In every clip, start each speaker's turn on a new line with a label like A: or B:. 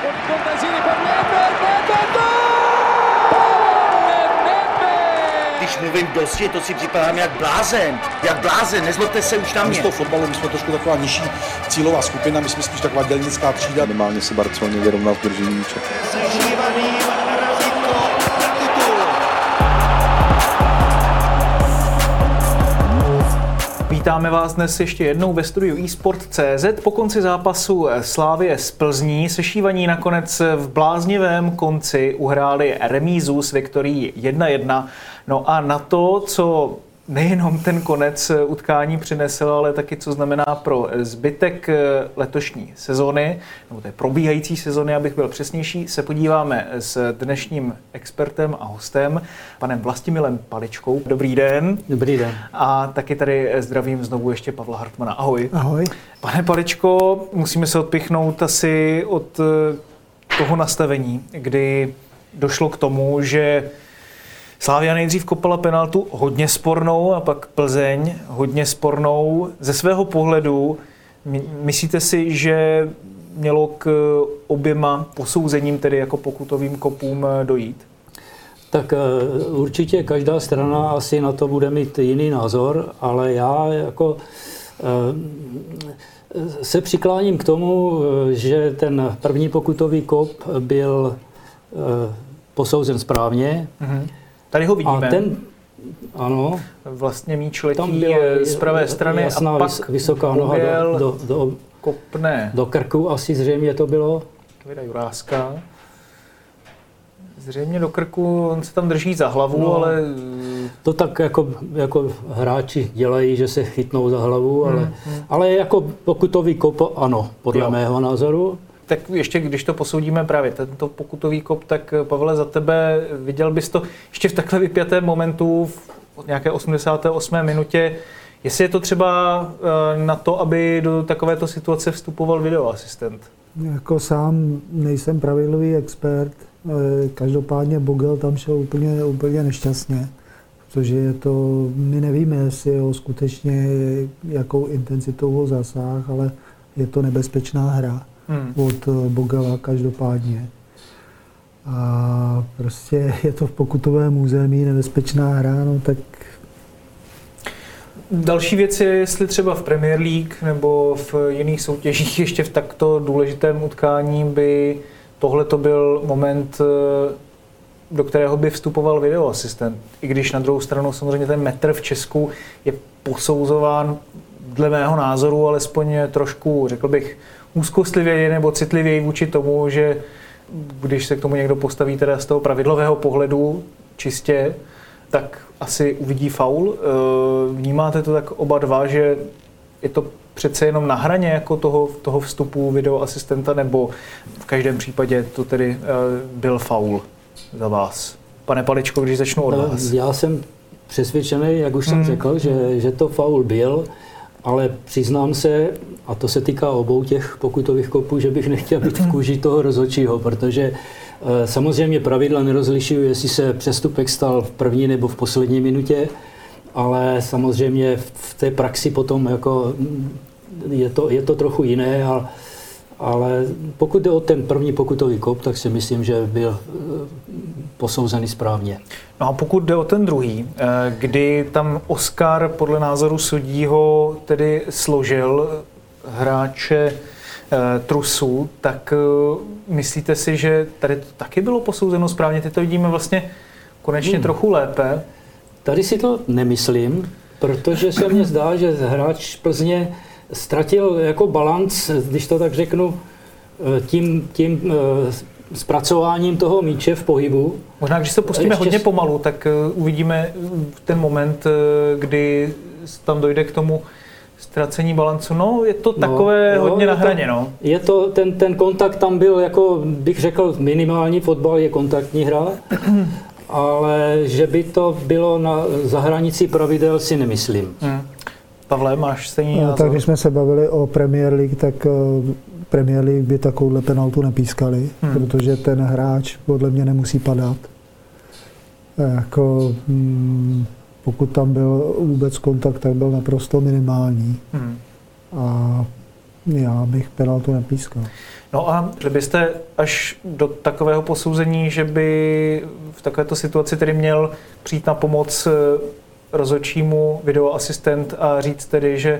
A: Když mluvím dosti, to si připadám jak blázen, nezlobte se už na mě.
B: Z toho fotbalu my jsme trošku taková nižší cílová skupina, my jsme spíš taková dělnická třída.
C: Minimálně se Barceloně vyrovnal v držení míče.
D: Vítáme vás dnes ještě jednou ve studiu eSport.cz. Po konci zápasu Slavie s Plzní sešívaní nakonec v bláznivém konci uhráli remízu s viktorií 1-1. No a na to, co nejenom ten konec utkání přinesl, ale taky co znamená pro zbytek letošní sezony, nebo té probíhající sezony, abych byl přesnější, se podíváme s dnešním expertem a hostem, panem Vlastimilem Paličkou. Dobrý den.
E: Dobrý den.
D: A taky tady zdravím znovu ještě Pavla Hartmana. Ahoj.
E: Ahoj.
D: Pane Paličko, musíme se odpichnout asi od toho nastavení, kdy došlo k tomu, že Slavia nejdřív kopala penaltu hodně spornou a pak Plzeň hodně spornou. Ze svého pohledu myslíte si, že mělo k oběma posouzením, tedy jako pokutovým kopům, dojít?
E: Tak určitě každá strana asi na to bude mít jiný názor, ale já jako se přikláním k tomu, že ten první pokutový kop byl posouzen správně.
D: Mhm. Tady ho vidíme.
E: A ten, ano.
D: Vlastně míč letí z pravé strany
E: jasná,
D: a pak
E: vysoká noha
D: kopne
E: do krku, asi zřejmě to bylo.
D: Vida Juráska. Zřejmě do krku, on se tam drží za hlavu, no, ale...
E: To tak jako hráči dělají, že se chytnou za hlavu, ale jako pokutový kop, ano, podle mého názoru.
D: Tak ještě, když to posoudíme právě tento pokutový kop, tak Pavle, za tebe viděl bys to ještě v takhle vypjatém momentu, v nějaké 88. minutě, jestli je to třeba na to, aby do takovéto situace vstupoval videoasistent?
F: Jako sám nejsem pravidlový expert, každopádně Bogel tam šel úplně nešťastně, protože je to, my nevíme, jestli ho skutečně jakou intenzitou ho zasáh, ale je to nebezpečná hra. Od Bogela každopádně. A prostě je to v pokutovém území, nebezpečná hra, no tak...
D: Další věc je, jestli třeba v Premier League nebo v jiných soutěžích ještě v takto důležitém utkání by tohle to byl moment, do kterého by vstupoval videoasistent. I když na druhou stranu samozřejmě ten metr v Česku je posouzován dle mého názoru alespoň trošku, řekl bych, úzkostlivěji nebo citlivěji vůči tomu, že když se k tomu někdo postaví teda z toho pravidlového pohledu čistě, tak asi uvidí faul. Vnímáte to tak oba dva, že je to přece jenom na hraně jako toho vstupu videoasistenta, nebo v každém případě to tedy byl faul za vás? Pane Paličko, když začnu od vás.
E: Já jsem přesvědčený, jak už jsem řekl, že to faul byl, ale přiznám se, a to se týká obou těch pokutových kopů, že bych nechtěl být v kůži toho rozhodčího, protože samozřejmě pravidla nerozlišují, jestli se přestupek stal v první nebo v poslední minutě, ale samozřejmě v té praxi potom jako je to trochu jiné, ale pokud jde o ten první pokutový kop, tak si myslím, že byl posouzený správně.
D: No a pokud jde o ten druhý, kdy tam Oskar podle názoru sudího tedy složil hráče Trusu, tak myslíte si, že tady to taky bylo posouzeno správně? Teď to vidíme vlastně konečně trochu lépe.
E: Tady si to nemyslím, protože se mně zdá, že hráč Plzně ztratil jako balanc, když to tak řeknu, tím zpracováním toho míče v pohybu.
D: Možná, když se pustíme hodně pomalu, tak uvidíme ten moment, kdy tam dojde k tomu ztracení balancu. No, je to takové hodně na hraně, no.
E: Je to, ten kontakt tam byl, jako bych řekl, minimální. Fotbal je kontaktní hra, ale že by to bylo za hranicí pravidel, si nemyslím.
D: Pavle, máš stejný názor?
F: Tak když jsme se bavili o Premier League, tak Premier League by takovouhle penaltu nepískali, protože ten hráč podle mě nemusí padat. Jako, pokud tam byl vůbec kontakt, tak byl naprosto minimální. A já bych penaltu nepískal.
D: No a byste až do takového posouzení, že by v takovéto situaci tedy měl přijít na pomoc rozhodčímu videoasistent a říct tedy, že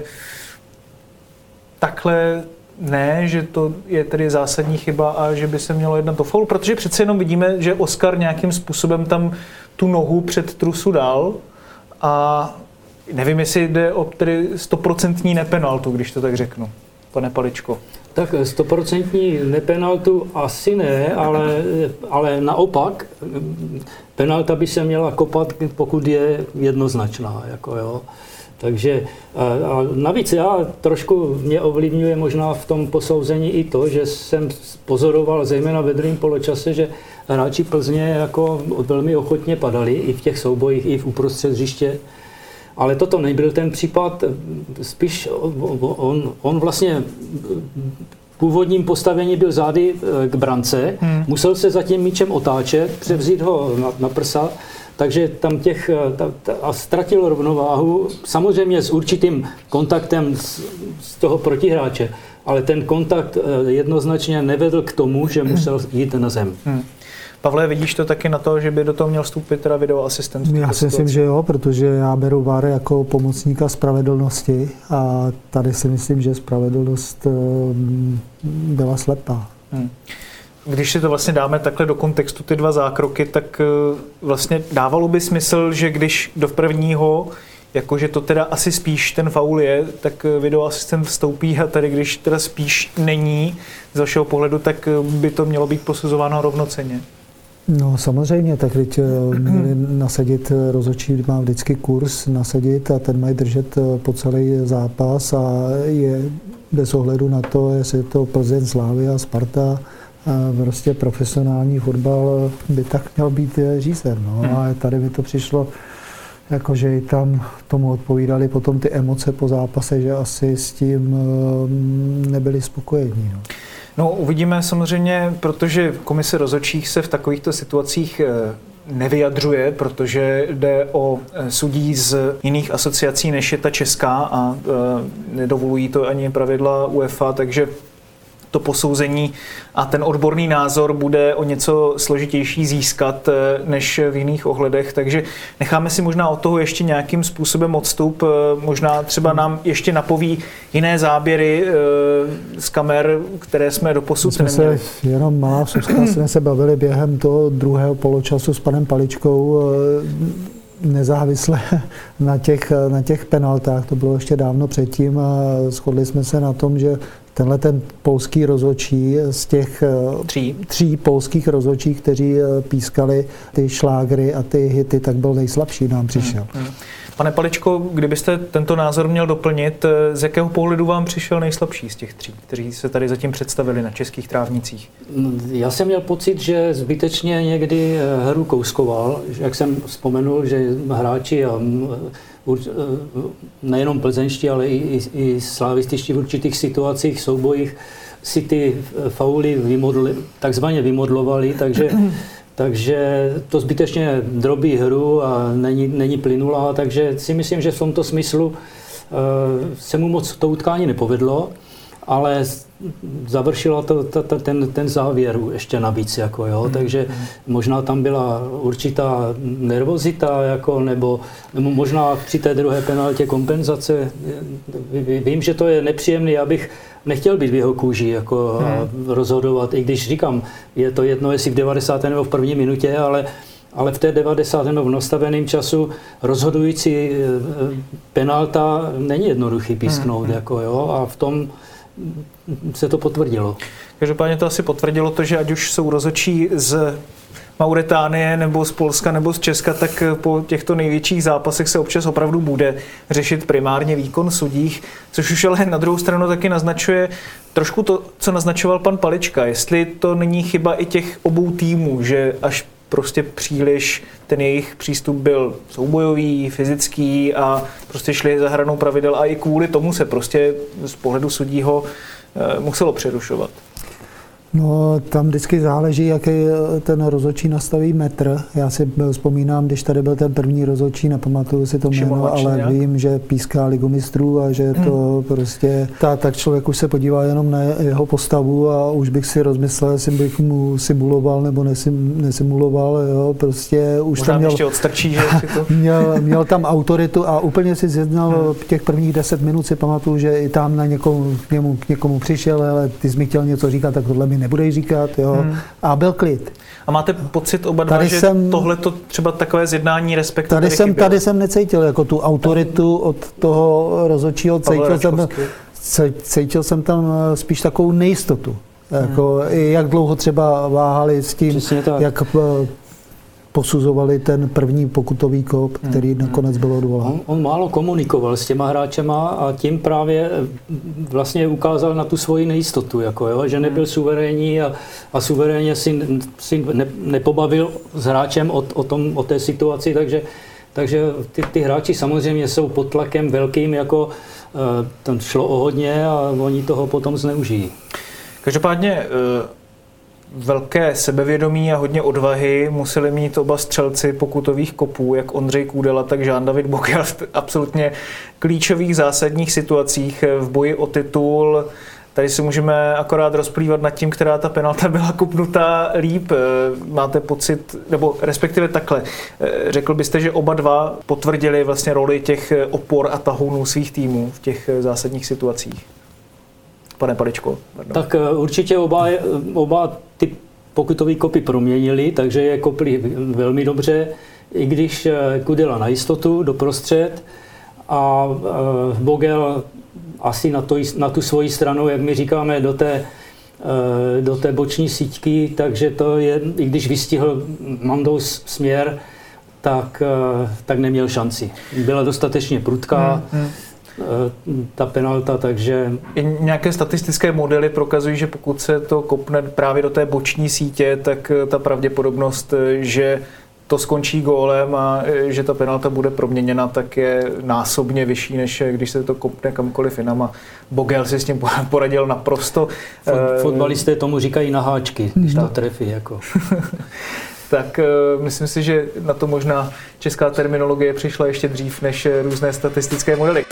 D: takhle ne, že to je tedy zásadní chyba a že by se mělo jednat o faul, protože přece jenom vidíme, že Oskar nějakým způsobem tam tu nohu před trusu dal a nevím, jestli jde o tedy 100% nepenaltu, když to tak řeknu, pane Paličko.
E: Tak 100% nepenaltu asi ne, ale naopak penalta by se měla kopat, pokud je jednoznačná. Jako jo. Takže a navíc trošku mě ovlivňuje možná v tom posouzení i to, že jsem pozoroval zejména ve druhém poločase, že hráči Plzně jako velmi ochotně padali i v těch soubojích, i v uprostřed hřiště. Ale toto nebyl ten případ, spíš on vlastně v původním postavení byl zády k brance, musel se za tím míčem otáčet, převzít ho na prsa, takže tam a ztratil rovnováhu, samozřejmě s určitým kontaktem z toho protihráče, ale ten kontakt jednoznačně nevedl k tomu, že musel jít na zem.
D: Pavle, vidíš to taky na to, že by do toho měl vstoupit teda videoasistent?
F: Já si myslím, že jo, protože já beru VAR jako pomocníka spravedlnosti a tady si myslím, že spravedlnost byla slepá.
D: Když si to vlastně dáme takhle do kontextu ty dva zákroky, tak vlastně dávalo by smysl, že když do prvního, jakože to teda asi spíš ten faul je, tak videoasistent vstoupí a tady když teda spíš není z vašeho pohledu, tak by to mělo být posuzováno rovnocenně.
F: No samozřejmě, tak teď měli nasadit, rozhodčí má vždycky kurz nasadit a ten mají držet po celý zápas a je bez ohledu na to, jestli je to Plzeň, Slavia, Sparta, prostě profesionální fotbal by tak měl být řízen. No. A tady mi to přišlo, jakože i tam tomu odpovídali potom ty emoce po zápase, že asi s tím nebyli spokojení. No.
D: No, uvidíme samozřejmě, protože komise rozhodčích se v takovýchto situacích nevyjadřuje, protože jde o sudí z jiných asociací, než je ta česká a nedovolují to ani pravidla UEFA, takže to posouzení a ten odborný názor bude o něco složitější získat než v jiných ohledech, takže necháme si možná od toho ještě nějakým způsobem odstup, možná třeba nám ještě napoví jiné záběry z kamer, které jsme doposud neměli.
F: Jenom malá vsuvka, jsme se bavili během toho druhého poločasu s panem Paličkou, nezávisle na těch penaltách, to bylo ještě dávno předtím a shodli jsme se na tom, že tenhle ten polský rozhodčí z těch tří polských rozhodčích, kteří pískali ty šlágry a ty hity, tak byl nejslabší, nám přišel.
D: Pane Paličko, kdybyste tento názor měl doplnit, z jakého pohledu vám přišel nejslabší z těch tří, kteří se tady zatím představili na českých trávnicích?
E: Já jsem měl pocit, že zbytečně někdy hru kouskoval, jak jsem vzpomenul, že hráči a nejenom plzeňští, ale i slávističtí v určitých situacích, soubojích si ty fauly takzvaně vymodlovali, takže to zbytečně drobí hru a není plynulá, takže si myslím, že v tomto smyslu se mu moc to utkání nepovedlo, ale završila ten závěr ještě navíc, jako jo, takže možná tam byla určitá nervozita, jako, nebo možná při té druhé penaltě kompenzace. Vím, že to je nepříjemný, já bych nechtěl být v jeho kůži, jako rozhodovat, i když říkám, je to jedno, jestli v 90. nebo v první minutě, ale v té 90. nebo v nastaveném času rozhodující penalta není jednoduchý písknout, jako jo, a v tom se to potvrdilo.
D: Každopádně to asi potvrdilo to, že ať už jsou rozhodčí z Mauritánie nebo z Polska nebo z Česka, tak po těchto největších zápasech se občas opravdu bude řešit primárně výkon sudích, což už ale na druhou stranu taky naznačuje trošku to, co naznačoval pan Palička, jestli to není chyba i těch obou týmů, že až prostě příliš ten jejich přístup byl soubojový, fyzický a prostě šli za hranou pravidel a i kvůli tomu se prostě z pohledu sudího muselo přerušovat.
F: No, tam vždycky záleží, jaký ten rozhodčí nastaví metr. Já si vzpomínám, když tady byl ten první rozhodčí, nepamatuju si to jméno, ale vím, že píská Ligu mistrů a že to prostě... Tak člověk už se podívá jenom na jeho postavu a už bych si rozmyslel, jestli bych mu simuloval nebo nesimuloval, jo, prostě už
D: možná
F: tam měl...
D: ještě odstrčí, že si to...
F: měl tam autoritu a úplně si zjednal těch prvních 10 minut, si pamatuju, že i tam na k někomu přišel, ale ty jsi mi chtěl něco říkat, tak tohle mi nebudeš říkat, jo. A byl klid.
D: A máte pocit oba dva, že tohle to třeba takové zjednání respektu
F: tady jsem necítil jako tu autoritu od toho rozhodčího, cítil jsem tam spíš takovou nejistotu. Jako, jak dlouho třeba váhali s tím, jak posuzovali ten první pokutový kop, který nakonec byl odvolán.
E: On málo komunikoval s těma hráčema a tím právě vlastně ukázal na tu svoji nejistotu, jako, jo, že nebyl suverénní a suverénně si nepobavil s hráčem o té situaci, takže ty hráči samozřejmě jsou pod tlakem velkým, jako tam šlo o hodně a oni toho potom zneužijí.
D: Každopádně velké sebevědomí a hodně odvahy museli mít oba střelci pokutových kopů, jak Ondřej Kůdela, tak Jean-David Bogel v absolutně klíčových zásadních situacích v boji o titul. Tady si můžeme akorát rozplývat nad tím, která ta penalta byla kopnutá líp. Máte pocit, nebo respektive takhle, řekl byste, že oba dva potvrdili vlastně roli těch opor a tahounů svých týmů v těch zásadních situacích? Pane Paličko.
E: Tak určitě oba ty pokutové kopy proměnili, takže je kopli velmi dobře, i když Kudela na jistotu doprostřed a Bogel asi na tu svoji stranu, jak my říkáme, do té boční síťky, takže to je, i když vystihl Mandous směr, tak neměl šanci. Byla dostatečně prudká. Ta penalta, takže...
D: I nějaké statistické modely prokazují, že pokud se to kopne právě do té boční sítě, tak ta pravděpodobnost, že to skončí gólem a že ta penalta bude proměněna, tak je násobně vyšší, než když se to kopne kamkoliv jinam. A Bogel si s tím poradil naprosto.
E: Fotbalisté tomu říkají na háčky, když to trefí. Jako.
D: Tak myslím si, že na to možná česká terminologie přišla ještě dřív než různé statistické modely.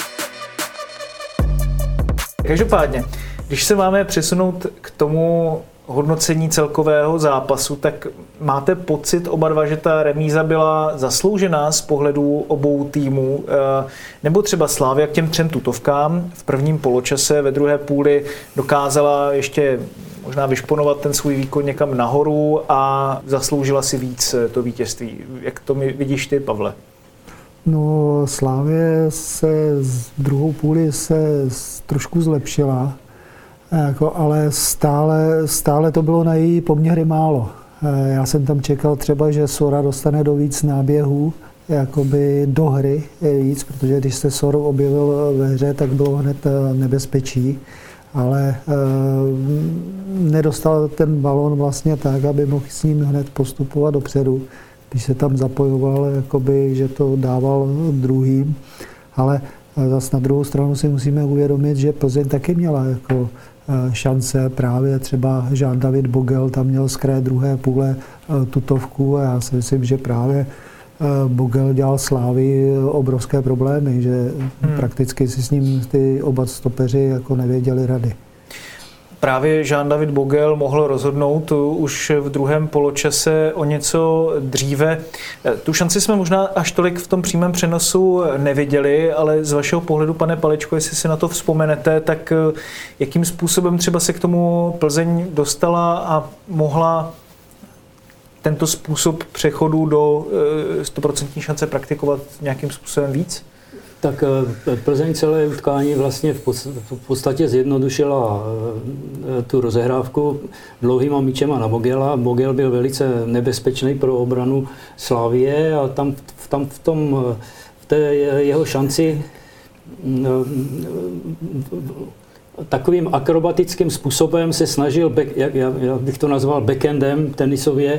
D: Každopádně, když se máme přesunout k tomu hodnocení celkového zápasu, tak máte pocit oba dva, že ta remíza byla zasloužená z pohledu obou týmů, nebo třeba Slavia k těm 3 tutovkám v prvním poločase, ve druhé půli dokázala ještě možná vyšponovat ten svůj výkon někam nahoru a zasloužila si víc to vítězství. Jak to vidíš ty, Pavle?
F: No, Slavie se v druhou půli se trošku zlepšila, jako, ale stále to bylo na její poměry málo. Já jsem tam čekal třeba, že Sora dostane do víc náběhů, jakoby do hry víc, protože když se Sor objevil ve hře, tak bylo hned nebezpečí, ale nedostal ten balón vlastně tak, aby mohl s ním hned postupovat dopředu, když se tam zapojoval, jakoby, že to dával druhým, ale zase na druhou stranu si musíme uvědomit, že Plzeň taky měla jako šance, právě třeba Jean-David Bogel tam měl z kraje druhé půle tutovku a já si myslím, že právě Bogel dělal Slávii obrovské problémy, že prakticky si s ním ty oba stopeři jako nevěděli rady.
D: Právě Jean-David Bogel mohl rozhodnout už v druhém poločase o něco dříve. Tu šanci jsme možná až tolik v tom přímém přenosu neviděli, ale z vašeho pohledu, pane Paličko, jestli si na to vzpomenete, tak jakým způsobem třeba se k tomu Plzeň dostala a mohla tento způsob přechodu do 100% šance praktikovat nějakým způsobem víc?
E: Tak Plzeň celé utkání vlastně v podstatě zjednodušila tu rozehrávku dlouhýma míčema na Bogela. Bogel byl velice nebezpečný pro obranu Slavie a tam v té jeho šanci takovým akrobatickým způsobem se snažil, já bych to nazval backendem tenisově,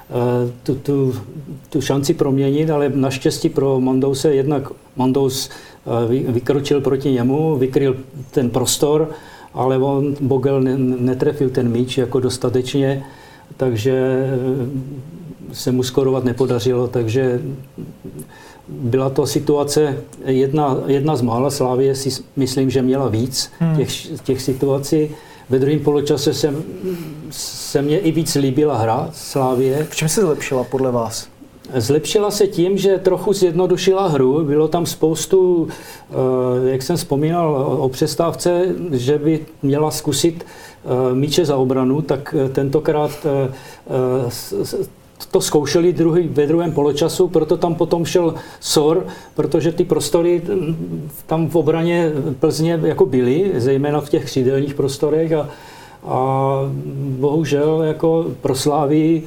E: tu šanci proměnit, ale naštěstí pro Mandouse jednak Mandous vykročil proti němu, vykryl ten prostor ale Bogel netrefil ten míč jako dostatečně, takže se mu skorovat nepodařilo, takže byla to situace jedna z mála. Slavie si myslím, že měla víc těch situací. Ve druhém poločase se mně i víc líbila hra Slavie.
D: V čem se zlepšila podle vás?
E: Zlepšila se tím, že trochu zjednodušila hru. Bylo tam spoustu, jak jsem vzpomínal o přestávce, že by měla zkusit míče za obranu, tak tentokrát to zkoušeli ve druhém poločasu, proto tam potom šel Sor, protože ty prostory tam v obraně Plzně jako byly, zejména v těch křídelních prostorech a bohužel jako pro Slavii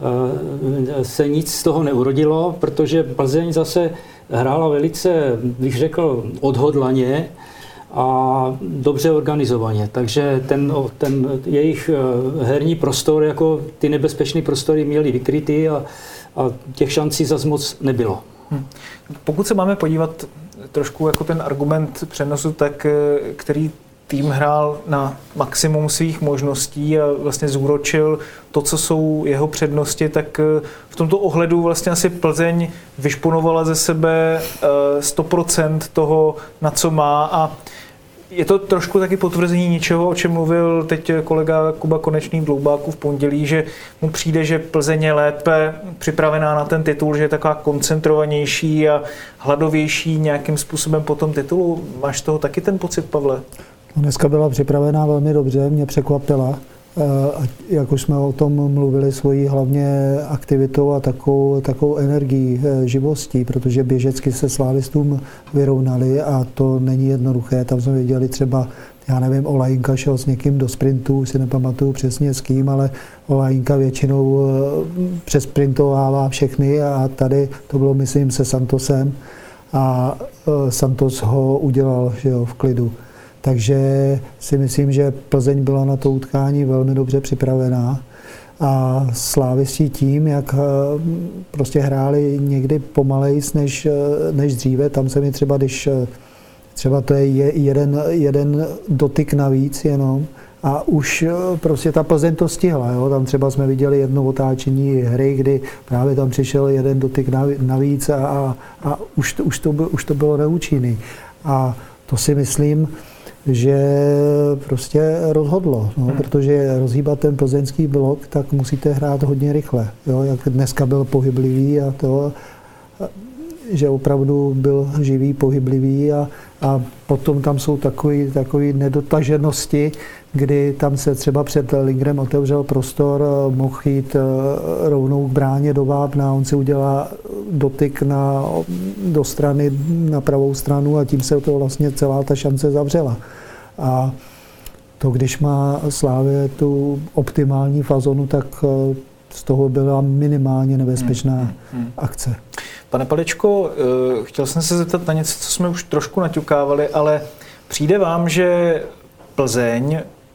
E: se nic z toho neurodilo, protože Plzeň zase hrála velice, bych řekl, odhodlaně a dobře organizovaně. Takže ten jejich herní prostor, jako ty nebezpečné prostory měli vykrytý a těch šancí zas moc nebylo.
D: Pokud se máme podívat trošku jako ten argument přenosu, tak který tým hrál na maximum svých možností a vlastně zúročil to, co jsou jeho přednosti, tak v tomto ohledu vlastně asi Plzeň vyšponovala ze sebe 100% toho, na co má, a je to trošku taky potvrzení něčeho, o čem mluvil teď kolega Kuba Konečný v Dloubáku v pondělí, že mu přijde, že Plzeň je lépe připravená na ten titul, že je taková koncentrovanější a hladovější nějakým způsobem po tom titulu. Máš z toho taky ten pocit, Pavle?
F: Dneska byla připravená velmi dobře, mě překvapila. Jak už jsme o tom mluvili, svojí hlavně aktivitou a takovou energií, živostí, protože běžecky se slávistům vyrovnali a to není jednoduché. Tam jsme viděli třeba, já nevím, Olajinka šel s někým do sprintu, si nepamatuju přesně s kým, ale Olajinka většinou přesprintovává všechny a tady to bylo, myslím, se Santosem a Santos ho udělal, že jo, v klidu. Takže si myslím, že Plzeň byla na to utkání velmi dobře připravená a slávisti tím, jak prostě hráli někdy pomalejc než dříve. Tam se mi třeba to je jeden dotyk navíc jenom a už prostě ta Plzeň to stihla. Jo? Tam třeba jsme viděli jedno otáčení hry, kdy právě tam přišel jeden dotyk navíc a už to bylo neúčinný. A to si myslím, že prostě rozhodlo, no, protože rozhýbat ten plzeňský blok, tak musíte hrát hodně rychle. Jo, jak dneska byl pohyblivý a to, že opravdu byl živý, pohyblivý a potom tam jsou takové nedotaženosti, kdy tam se třeba před Lingrem otevřel prostor, mohl jít rovnou k bráně do vápna, on si udělá dotyk do strany, na pravou stranu a tím se to vlastně celá ta šance zavřela. A to, když má Slavie tu optimální fazonu, tak z toho byla minimálně nebezpečná akce.
D: Pane Paličko, chtěl jsem se zeptat na něco, co jsme už trošku naťukávali, ale přijde vám, že Plzeň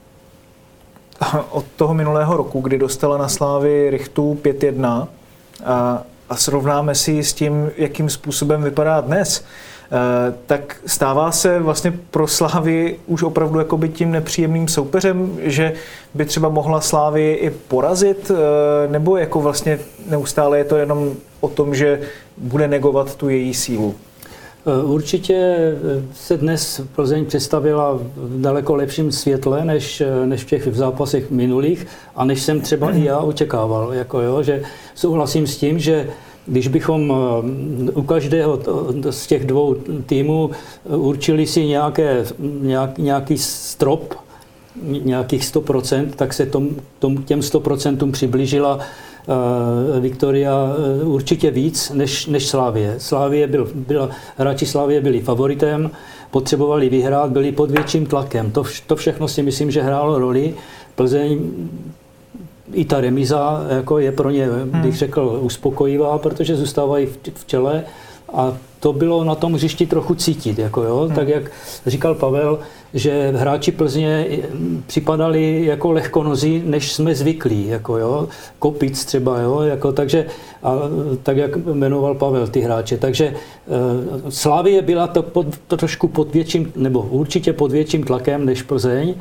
D: od toho minulého roku, kdy dostala na Slávii Richtu 5-1 a srovnáme si s tím, jakým způsobem vypadá dnes, tak stává se vlastně pro Slávii už opravdu jakoby tím nepříjemným soupeřem, že by třeba mohla Slávii i porazit, nebo jako vlastně neustále je to jenom o tom, že bude negovat tu její sílu?
E: Určitě se dnes Plzeň představila v daleko lepším světle než v těch zápasech minulých a než jsem třeba i já očekával. Že souhlasím s tím, že když bychom u každého z těch dvou týmů určili si nějaký strop, nějakých 100%, tak se těm 100% přiblížila Viktoria určitě víc než Slavie. Hráči Slavie byli favoritem, potřebovali vyhrát, byli pod větším tlakem. To všechno si myslím, že hrálo roli. Plzeň i ta remíza jako je pro ně, bych řekl, uspokojivá, protože zůstávají v čele a to bylo na tom hřišti trochu cítit. Tak jak říkal Pavel, že hráči Plzně připadali jako lehkonozí, než jsme zvyklí. Kopic třeba. Takže, tak jak jmenoval Pavel ty hráče. Takže Slavie byla to trošku pod větším, nebo určitě pod větším tlakem než Plzeň.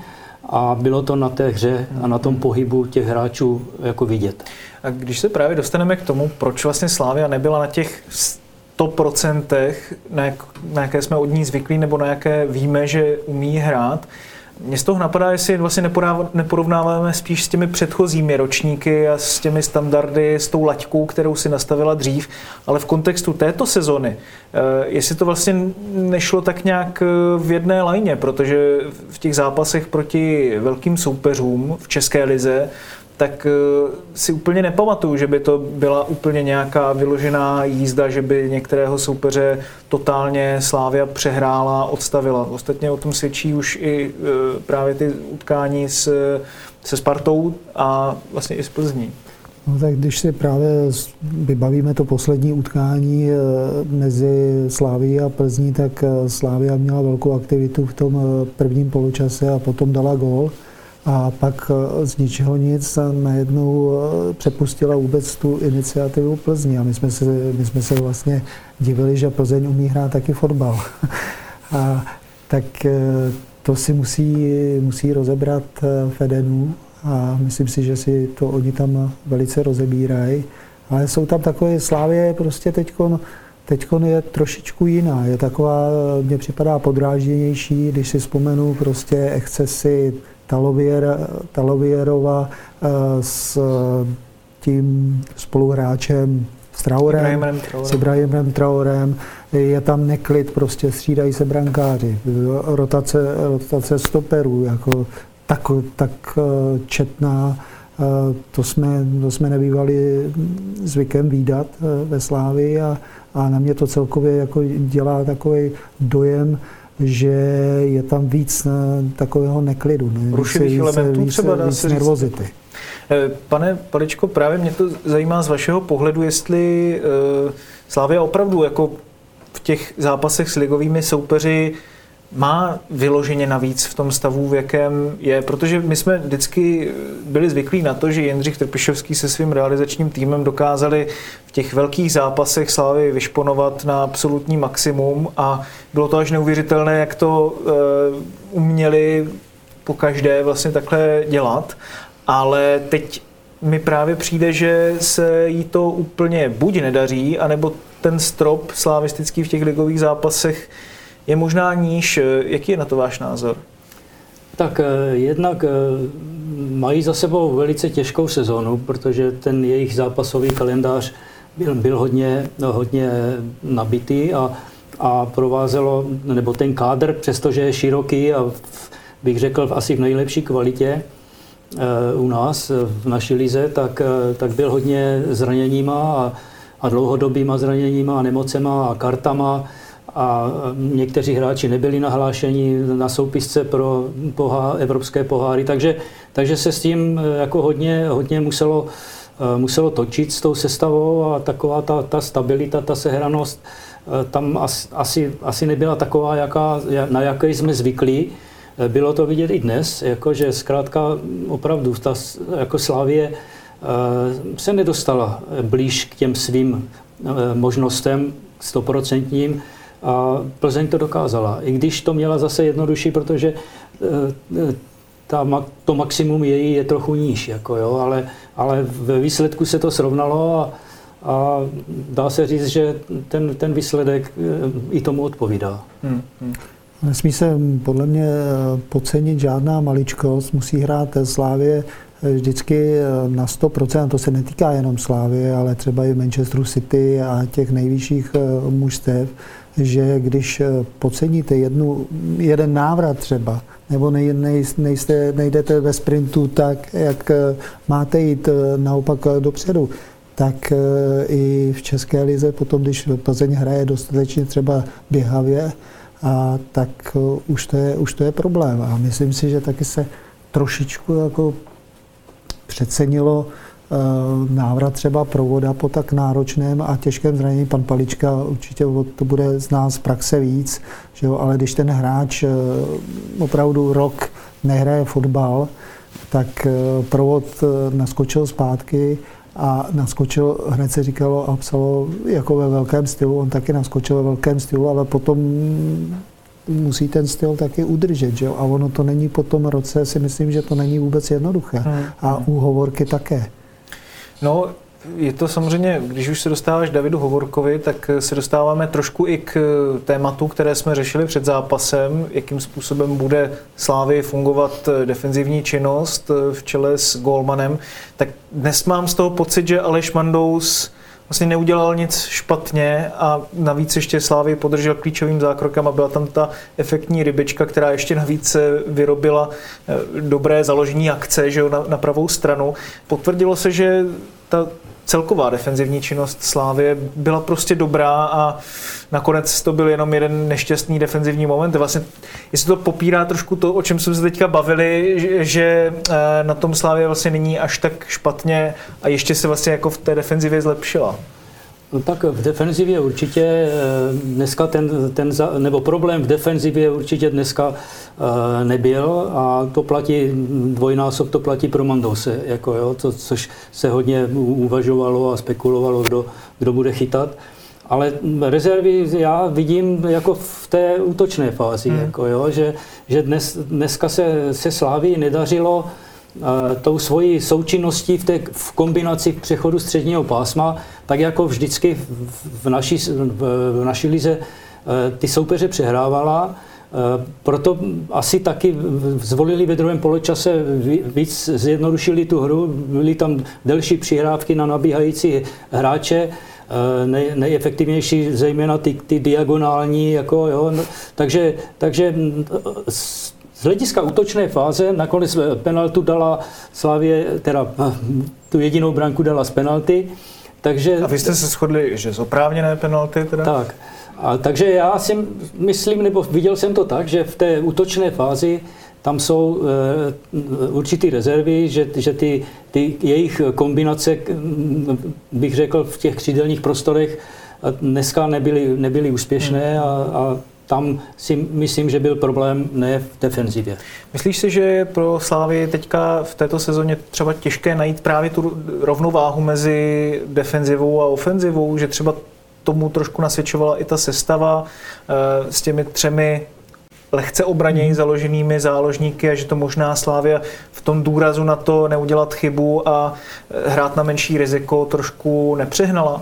E: a bylo to na té hře a na tom pohybu těch hráčů jako vidět.
D: A když se právě dostaneme k tomu, proč vlastně Slavia nebyla na těch 100%, na jaké jsme od ní zvyklí, nebo na jaké víme, že umí hrát, mě z toho napadá, jestli vlastně neporovnáváme spíš s těmi předchozími ročníky a s těmi standardy, s tou laťkou, kterou si nastavila dřív, ale v kontextu této sezony, jestli to vlastně nešlo tak nějak v jedné lajně, protože v těch zápasech proti velkým soupeřům v České lize, tak si úplně nepamatuju, že by to byla úplně nějaká vyložená jízda, že by některého soupeře totálně Slavia přehrála, odstavila. Ostatně o tom svědčí už i právě ty utkání se Spartou a vlastně i s Plzní.
F: No tak když si právě vybavíme to poslední utkání mezi Slavií a Plzní, tak Slavia měla velkou aktivitu v tom prvním poločase a potom dala gól. A pak z ničeho nic najednou přepustila vůbec tu iniciativu Plzni. A my jsme se vlastně divili, že Plzeň umí hrát taky fotbal. A tak to si musí rozebrat v Edenu a myslím si, že si to oni tam velice rozebírají. Ale jsou tam takové Slavie prostě teďkon je trošičku jiná. Je taková, mně připadá podrážděnější, když si vzpomenu prostě excesy Talovierova s tím spoluhráčem s Ibrahimem Traorem. Je tam neklid, prostě střídají se brankáři. Rotace stoperů, jako tak četná. To jsme nebývali zvykem vídat ve Slávii a na mě to celkově jako dělá takový dojem, že je tam víc takového neklidu.
D: Rušivých elementů třeba dá se
F: nervozity.
D: Pane Paličko, právě mě to zajímá z vašeho pohledu, jestli Slavia opravdu jako v těch zápasech s ligovými soupeři má vyloženě navíc v tom stavu, v jakém je, protože my jsme vždycky byli zvyklí na to, že Jindřich Trpišovský se svým realizačním týmem dokázali v těch velkých zápasech Slavii vyšponovat na absolutní maximum a bylo to až neuvěřitelné, jak to uměli pokaždé vlastně takhle dělat, ale teď mi právě přijde, že se jí to úplně buď nedaří, anebo ten strop slavistický v těch ligových zápasech je možná níž. Jaký je na to váš názor?
E: Tak jednak mají za sebou velice těžkou sezonu, protože ten jejich zápasový kalendář byl hodně nabitý a provázelo, nebo ten kádr, přestože je široký a bych řekl asi v nejlepší kvalitě u nás, v naší lize, tak byl hodně zraněníma a dlouhodobýma zraněníma a nemocema a kartama. A někteří hráči nebyli nahlášeni na soupisce pro evropské poháry, takže se s tím jako hodně muselo točit s tou sestavou a taková ta stabilita, ta sehranost tam asi nebyla taková, na jaké jsme zvyklí. Bylo to vidět i dnes, jakože zkrátka opravdu ta jako Slavie se nedostala blíž k těm svým možnostem 100%. A Plzeň to dokázala. I když to měla zase jednodušší, protože to maximum její je trochu níž, jako jo, ale ve výsledku se to srovnalo a dá se říct, že ten výsledek i tomu odpovídá.
F: Nesmí se podle mě podcenit žádná maličkost, musí hrát Slavie vždycky na 100%, to se netýká jenom Slavie, ale třeba i Manchesteru City a těch nejvyšších mužstev, že když podceníte jeden návrat třeba, nebo nejdete ve sprintu tak, jak máte jít naopak dopředu, tak i v České lize potom, když Plzeň hraje dostatečně třeba běhavě, tak už to je problém. A myslím si, že taky se trošičku jako přecenilo návrat třeba Provoda po tak náročném a těžkém zranění. Pan Palička určitě to bude z nás z praxe víc, že jo? Ale když ten hráč opravdu rok nehraje fotbal, tak Provod naskočil zpátky a naskočil, hned se říkalo a psalo jako ve velkém stylu, on taky naskočil ve velkém stylu, ale potom musí ten styl taky udržet, že jo? A ono to není po tom roce, si myslím, že to není vůbec jednoduché. A u Hovorky také.
D: No, je to samozřejmě, když už se dostáváš Davidu Hovorkovi, tak se dostáváme trošku i k tématu, které jsme řešili před zápasem, jakým způsobem bude Slavii fungovat defenzivní činnost v čele s gólmanem. Tak dnes mám z toho pocit, že Aleš Mandous vlastně neudělal nic špatně a navíc ještě Slavii podržel klíčovým zákrokem a byla tam ta efektní rybička, která ještě navíc vyrobila dobré založení akce, že jo, na pravou stranu. Potvrdilo se, že ta celková defenzivní činnost Slavie byla prostě dobrá a nakonec to byl jenom jeden nešťastný defenzivní moment. Vlastně, jestli to popírá trošku to, o čem jsme se teďka bavili, že na tom Slavie vlastně není až tak špatně a ještě se vlastně jako v té defenzivě zlepšila.
E: No tak v defenzivě určitě dneska nebo problém v defenzivě určitě dneska nebyl a to platí, dvojnásob to platí pro Mandouse, jako jo, což se hodně uvažovalo a spekulovalo, kdo bude chytat. Ale rezervy já vidím jako v té útočné fázi, jako jo, že dneska se Slavii nedařilo tou svojí součinností v kombinaci v přechodu středního pásma, tak jako vždycky v naší lize ty soupeře přehrávala. Proto asi taky zvolili ve druhém poločase víc, zjednodušili tu hru, byly tam delší přihrávky na nabíhající hráče, nejefektivnější zejména ty diagonální, jako, jo, takže z hlediska útočné fáze nakonec penaltu dala Slavie, teda tu jedinou branku dala z penalty. Takže,
D: a vy jste se shodli, že z oprávněné penalty teda?
E: Tak. Takže já si myslím, nebo viděl jsem to tak, že v té útočné fázi tam jsou určitý rezervy, že ty jejich kombinace, bych řekl, v těch křídelních prostorech dneska nebyly úspěšné a tam si myslím, že byl problém ne v defenzivě.
D: Myslíš si, že je pro Slavii teďka v této sezóně třeba těžké najít právě tu rovnováhu mezi defenzivou a ofenzivou, že třeba tomu trošku nasvědčovala i ta sestava s těmi 3 lehce obraněji založenými záložníky a že to možná Slavia v tom důrazu na to neudělat chybu a hrát na menší riziko trošku nepřehnala?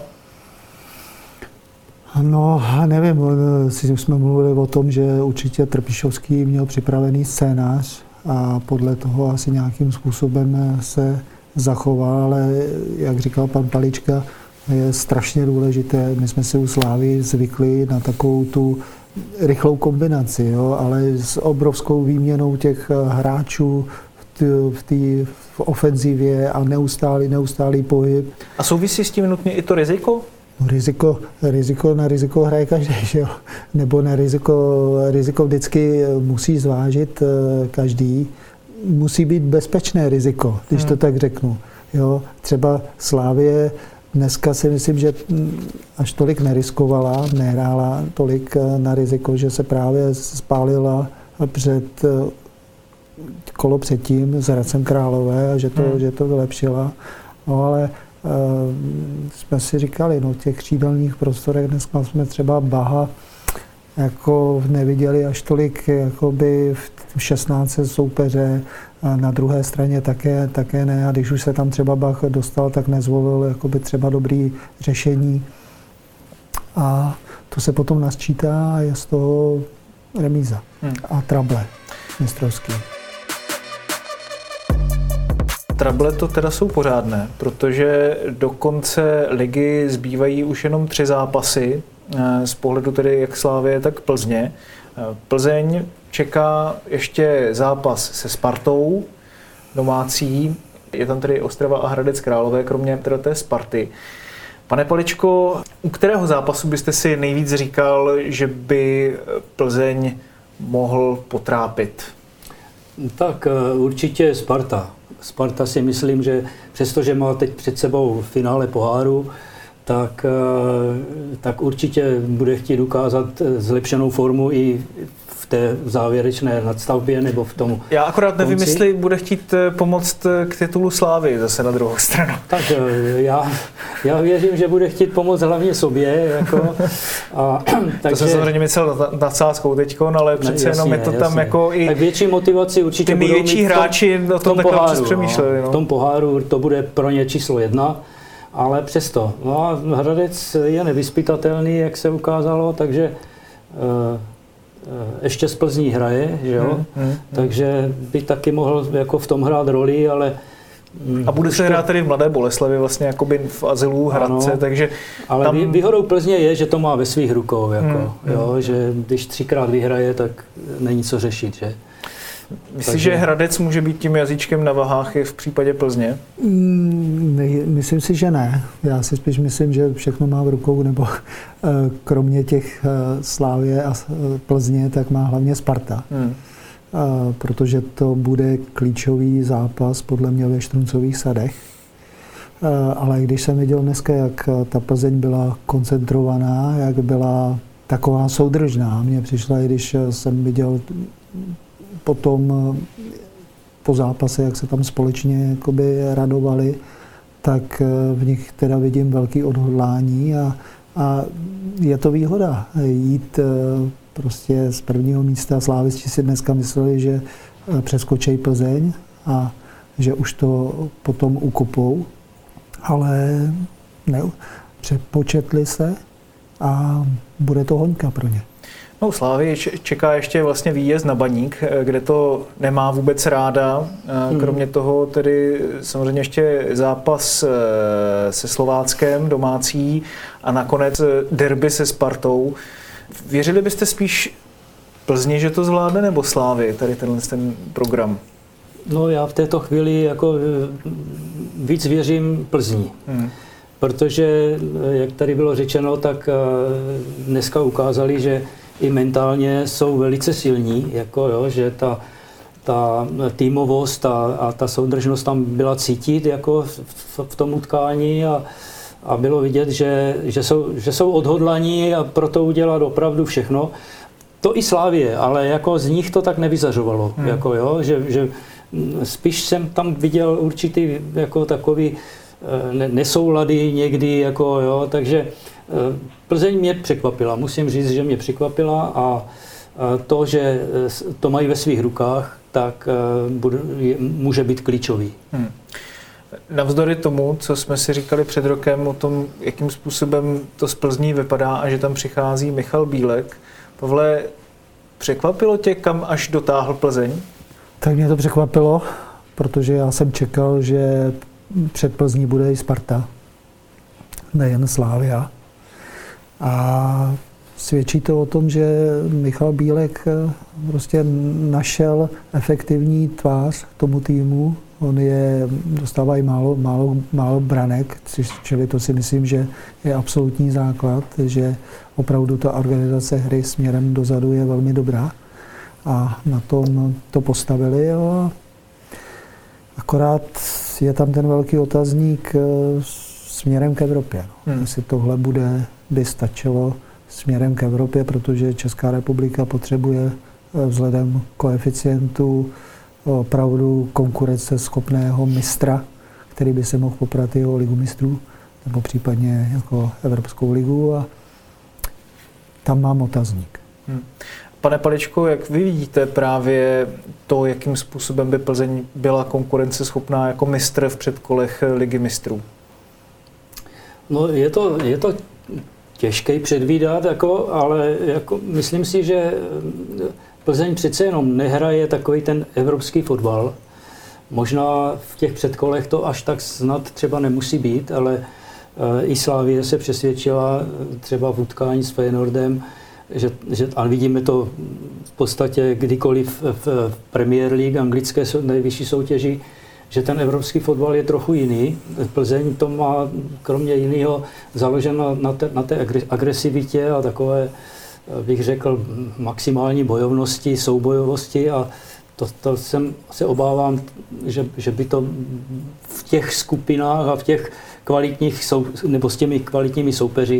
F: No, nevím, si jsme mluvili o tom, že určitě Trpišovský měl připravený scénář a podle toho asi nějakým způsobem se zachoval, ale jak říkal pan Palička, je strašně důležité. My jsme si u Slávy zvykli na takovou tu rychlou kombinaci, jo, ale s obrovskou výměnou těch hráčů v ofenzivě a neustálý pohyb.
D: A souvisí s tím nutně i to riziko?
F: Na riziko hraje každý, že jo? Nebo na riziko vždycky musí zvážit každý. Musí být bezpečné riziko, když to tak řeknu. Jo? Třeba Slavie dneska si myslím, že až tolik neriskovala, nehrála tolik na riziko, že se právě spálila kolo předtím s Hradcem Králové a že to vylepšila. No ale jsme si říkali, no v těch křídelních prostorech dneska jsme třeba Baha jako neviděli až tolik jakoby v 16 soupeře, a na druhé straně také ne. A když už se tam třeba Bach dostal, tak nezvolil jakoby třeba dobrý řešení. A to se potom nasčítá a je z toho remíza a trable mistrovský.
D: Trable to teda jsou pořádné, protože do konce ligy zbývají už jenom 3 zápasy, z pohledu tedy jak Slavie, tak Plzně. Plzeň čeká ještě zápas se Spartou domácí, je tam tedy Ostrava a Hradec Králové, kromě teda té Sparty. Pane Paličko, u kterého zápasu byste si nejvíc říkal, že by Plzeň mohl potrápit? Tak
E: určitě Sparta. Sparta si myslím, že přestože má teď před sebou finále poháru, tak určitě bude chtít ukázat zlepšenou formu i v té závěrečné nadstavbě nebo v tom.
D: Já akorát nevím,
E: konci.
D: jestli bude chtít pomoct k titulu slávy zase na druhou stranu.
E: Tak já věřím, že bude chtít pomoct hlavně sobě. Jako,
D: to jsem samozřejmě myslel nadsázkou teďkon, ale přece jenom je to tam jako i...
E: Tak větší motivaci určitě
D: ty největší hráči o tom takhle občas přemýšleli.
E: V tom poháru to bude pro ně číslo 1, ale přesto. No a Hradec je nevyzpytatelný, jak se ukázalo, takže ještě z Plzní hraje, že jo? Takže by taky mohl jako v tom hrát roli, ale...
D: A bude se hrát tedy v Mladé Boleslavi, vlastně jakoby v azylu Hradce,
E: ano,
D: takže...
E: Ale
D: tam...
E: výhodou Plzně je, že to má ve svých rukou, jako, jo, že když 3krát vyhraje, tak není co řešit, že?
D: Myslíš, že Hradec může být tím jazyčkem na vahách i v případě Plzně?
F: Myslím si, že ne. Já si spíš myslím, že všechno má v rukou, nebo kromě těch Slávie a Plzně, tak má hlavně Sparta. Protože to bude klíčový zápas podle mě ve Štruncových sadech. Ale když jsem viděl dneska, jak ta Plzeň byla koncentrovaná, jak byla taková soudržná, mně přišla, i když jsem viděl potom po zápase, jak se tam společně jakoby radovali, tak v nich teda vidím velký odhodlání a je to výhoda jít prostě z prvního místa. Slávisti si dneska mysleli, že přeskočí Plzeň a že už to potom ukopou, ale ne, přepočetli se a bude to hoňka pro ně.
D: No, Slávy čeká ještě vlastně výjezd na Baník, kde to nemá vůbec ráda. Kromě toho tedy samozřejmě ještě zápas se Slováckem domácí a nakonec derby se Spartou. Věřili byste spíš Plzni, že to zvládne, nebo Slávy, tady ten program?
E: No já v této chvíli jako víc věřím Plzni. Protože, jak tady bylo řečeno, tak dneska ukázali, že i mentálně jsou velice silní, jako jo, že ta týmovost a ta soudržnost tam byla cítit jako v tom utkání a bylo vidět, že jsou odhodlaní a proto udělat opravdu všechno. To i Slávie, ale jako z nich to tak nevyzařovalo, jako jo, že spíš jsem tam viděl určitý jako takový nesoulady někdy, jako jo, takže Plzeň mě překvapila, musím říct, že mě překvapila a to, že to mají ve svých rukách, tak může být klíčový.
D: Navzdory tomu, co jsme si říkali před rokem o tom, jakým způsobem to z Plzní vypadá a že tam přichází Michal Bílek, Pavle, překvapilo tě, kam až dotáhl Plzeň?
F: Tak mě to překvapilo, protože já jsem čekal, že před Plzní bude i Sparta, nejen Slavia. A svědčí to o tom, že Michal Bílek prostě našel efektivní tvář tomu týmu. On dostává i málo branek, čili to si myslím, že je absolutní základ, že opravdu ta organizace hry směrem dozadu je velmi dobrá. A na tom to postavili. Jo. Akorát je tam ten velký otazník směrem k Evropě. No. Jestli tohle by stačilo směrem k Evropě, protože Česká republika potřebuje vzhledem k koeficientu opravdu konkurenceschopného mistra, který by se mohl poprat jeho ligu mistrů, nebo případně jako Evropskou ligu, a tam mám otazník.
D: Pane Paličko, jak vy vidíte právě to, jakým způsobem by Plzeň byla konkurenceschopná jako mistr v předkolech ligy mistrů?
E: No je to těžké předvídat, ale myslím si, že Plzeň přece jenom nehraje takový ten evropský fotbal. Možná v těch předkolech to až tak snad třeba nemusí být, ale i Slavie se přesvědčila třeba v utkání s Feyenoordem, že a vidíme to v podstatě kdykoliv v Premier League, anglické nejvyšší soutěži, že ten evropský fotbal je trochu jiný. Plzeň to má kromě jiného založeno na té agresivitě a takové, bych řekl, maximální bojovnosti, soubojovosti, a to jsem se obávám, že by to v těch skupinách a v těch kvalitních nebo s těmi kvalitními soupeři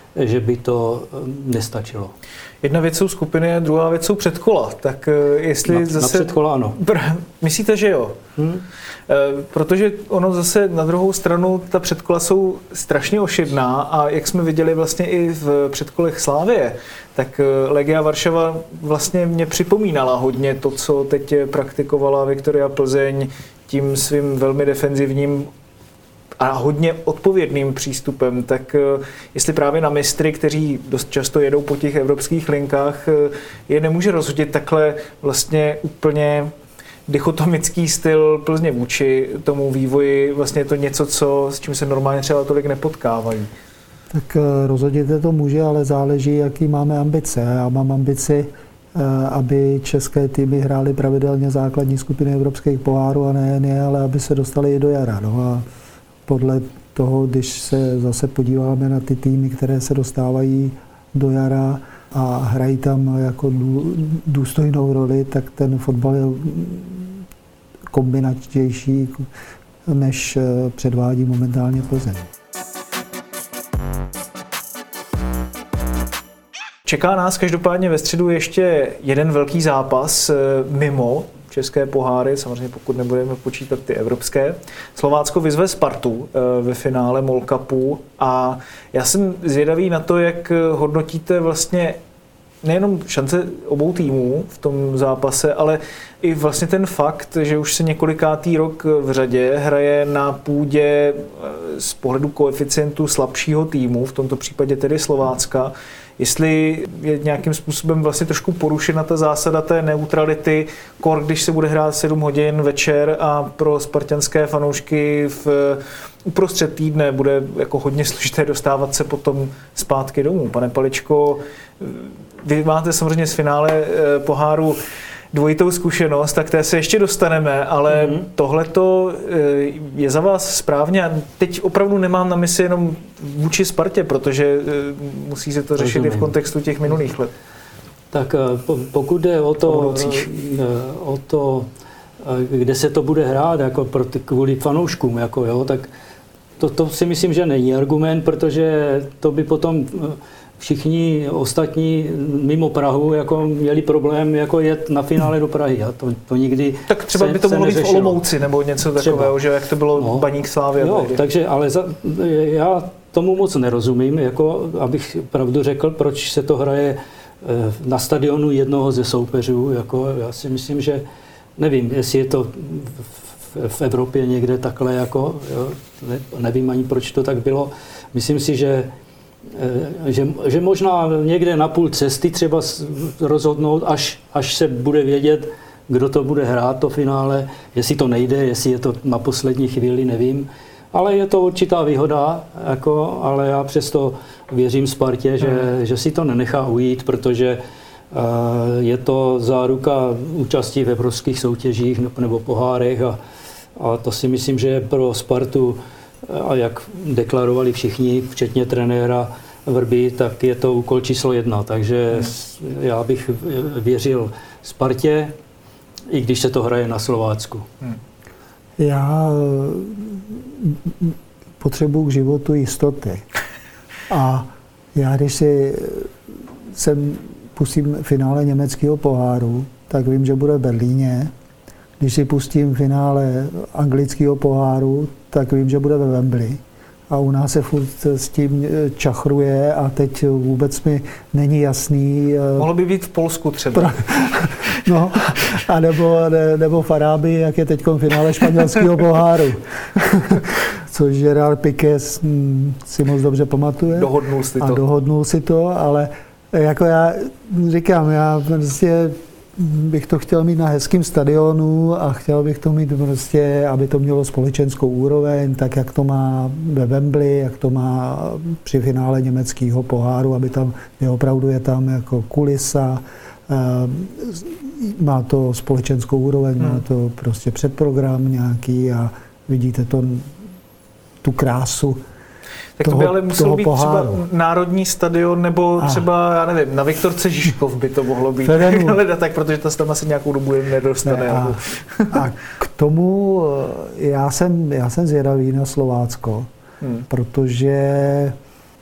E: že by to nestačilo.
D: Jedna věc jsou skupiny, druhá věc jsou předkola. Tak jestli
E: Na předkola ano.
D: Myslíte, že jo? Protože ono zase na druhou stranu, ta předkola jsou strašně ošidná a jak jsme viděli vlastně i v předkolech Slávie, tak Legia Varšava vlastně mě připomínala hodně to, co teď praktikovala Viktoria Plzeň tím svým velmi defenzivním a hodně odpovědným přístupem, tak jestli právě na mistry, kteří dost často jedou po těch evropských linkách, je nemůže rozhodit takhle vlastně úplně dichotomický styl Plzně vůči tomu vývoji, vlastně je to něco, s čím se normálně třeba tolik nepotkávají.
F: Tak rozhodně to může, ale záleží, jaký máme ambice. Já mám ambici, aby české týmy hrály pravidelně základní skupiny evropských pohárů a nejen je, ale aby se dostali i do jara. No a podle toho, když se zase podíváme na ty týmy, které se dostávají do jara a hrají tam jako důstojnou roli, tak ten fotbal je kombinačnější, než předvádí momentálně Plzeň.
D: Čeká nás každopádně ve středu ještě jeden velký zápas mimo české poháry, samozřejmě pokud nebudeme počítat ty evropské. Slovácko vyzve Spartu ve finále MOL Cupu a já jsem zvědavý na to, jak hodnotíte vlastně nejenom šance obou týmů v tom zápase, ale i vlastně ten fakt, že už se několikátý rok v řadě hraje na půdě z pohledu koeficientu slabšího týmu, v tomto případě tedy Slovácka, jestli je nějakým způsobem vlastně trošku porušena ta zásada té neutrality, když se bude hrát 7 hodin večer a pro spartanské fanoušky uprostřed týdne bude jako hodně složité dostávat se potom zpátky domů. Pane Paličko, vy máte samozřejmě z finále poháru dvojitou zkušenost, tak té se ještě dostaneme, ale tohleto je za vás správně a teď opravdu nemám na mysli jenom vůči Spartě, protože musí se to řešit i v kontextu těch minulých let.
E: Tak pokud jde o to, kde se to bude hrát, jako kvůli fanouškům, jako, jo, tak to si myslím, že není argument, protože to by potom všichni ostatní mimo Prahu jako měli problém jako jet na finále do Prahy. A to nikdy
D: tak třeba by to mohlo být v Olomouci nebo něco takového, že jak to bylo Baník Slavia.
E: Jo, takže ale já tomu moc nerozumím, jako abych pravdu řekl, proč se to hraje na stadionu jednoho ze soupeřů. Jako já si myslím, že nevím, jestli je to v Evropě někde takhle, jako, jo, nevím ani, proč to tak bylo. Myslím si, že možná někde na půl cesty třeba rozhodnout, až se bude vědět, kdo to bude hrát, to finále, jestli to nejde, jestli je to na poslední chvíli, nevím. Ale je to určitá výhoda, jako, ale já přesto věřím Spartě, že si to nenechá ujít, protože je to záruka účasti v evropských soutěžích nebo pohárech a to si myslím, že je pro Spartu, a jak deklarovali všichni, včetně trenéra Vrby, tak je to úkol číslo 1. Takže já bych věřil Spartě, i když se to hraje na Slovácku.
F: Já potřebuji k životu jistoty. A já, když si pustím finále německého poháru, tak vím, že bude v Berlíně. Když si pustím finále anglického poháru, tak vím, že bude ve Wembley. A u nás se furt s tím čachruje a teď vůbec mi není jasný.
D: Mohlo by být v Polsku třeba.
F: No, a nebo v Arábii, jak je teď finále španělského poháru. Což Gerard Piqué si moc dobře pamatuje. Dohodnul si to, ale jako já říkám, já prostě bych to chtěl mít na hezkém stadionu a chtěl bych to mít prostě, aby to mělo společenskou úroveň, tak jak to má ve Wembley, jak to má při finále německého poháru, aby tam opravdu je tam jako kulisa, má to společenskou úroveň, má to prostě předprogram nějaký a vidíte tu krásu.
D: Tak to by ale muselo být poháru. Třeba národní stadion, nebo třeba, já nevím, na Viktorce Žižkov by to mohlo být. Tak, protože to tam asi nějakou dobu nedostane.
F: A k tomu já jsem zvědavý na Slovácko, protože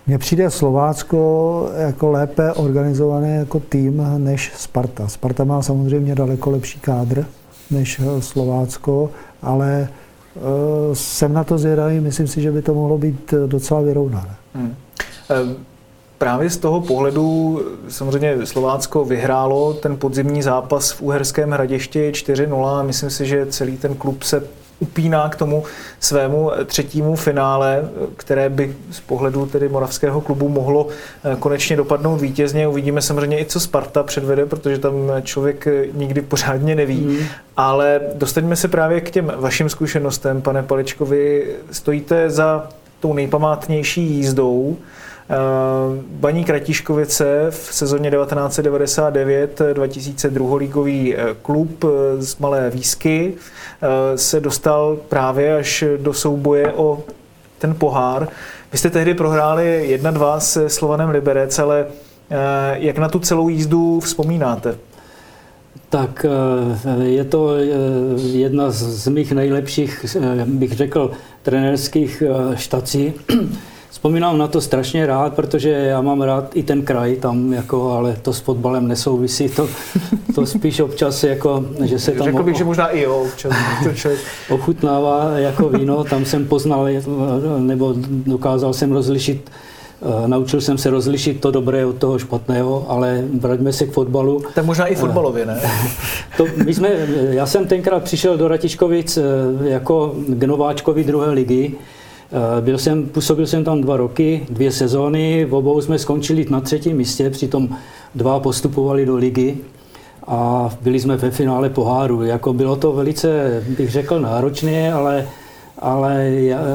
F: Mně přijde Slovácko jako lépe organizované jako tým než Sparta. Sparta má samozřejmě daleko lepší kádr než Slovácko, ale jsem na to zvědavý, myslím si, že by to mohlo být docela vyrovnané.
D: Právě z toho pohledu samozřejmě Slovácko vyhrálo ten podzimní zápas v Uherském Hradišti 4-0. Myslím si, že celý ten klub se upíná k tomu svému třetímu finále, které by z pohledu tedy moravského klubu mohlo konečně dopadnout vítězně. Uvidíme samozřejmě i, co Sparta předvede, protože tam člověk nikdy pořádně neví. Ale dostaňme se právě k těm vašim zkušenostem, pane Paličko. Vy stojíte za tou nejpamátnější jízdou Baník Ratíškovice v sezóně 1999, 2002 ligový klub z Malé Výsky se dostal právě až do souboje o ten pohár. Vy jste tehdy prohráli 1-2 se Slovanem Liberec, ale jak na tu celou jízdu vzpomínáte?
E: Tak je to jedna z mých nejlepších, bych řekl, trenérských štací. Vzpomínám na to strašně rád, protože já mám rád i ten kraj tam, jako, ale to s fotbalem nesouvisí, to spíš občas, jako, že se tam...
D: Řekl bych, že možná i jo, občas to člověk
E: ochutnává jako víno, tam jsem poznal, nebo dokázal jsem rozlišit, naučil jsem se rozlišit to dobré od toho špatného, ale vraťme se k fotbalu.
D: Tak možná i fotbalově, ne?
E: Já jsem tenkrát přišel do Ratíškovic jako k nováčkovi druhé ligy. Působil jsem tam 2 roky, 2 sezóny, v obou jsme skončili na 3. místě, přitom 2 postupovali do ligy a byli jsme ve finále poháru. Jako bylo to velice, bych řekl, náročné, ale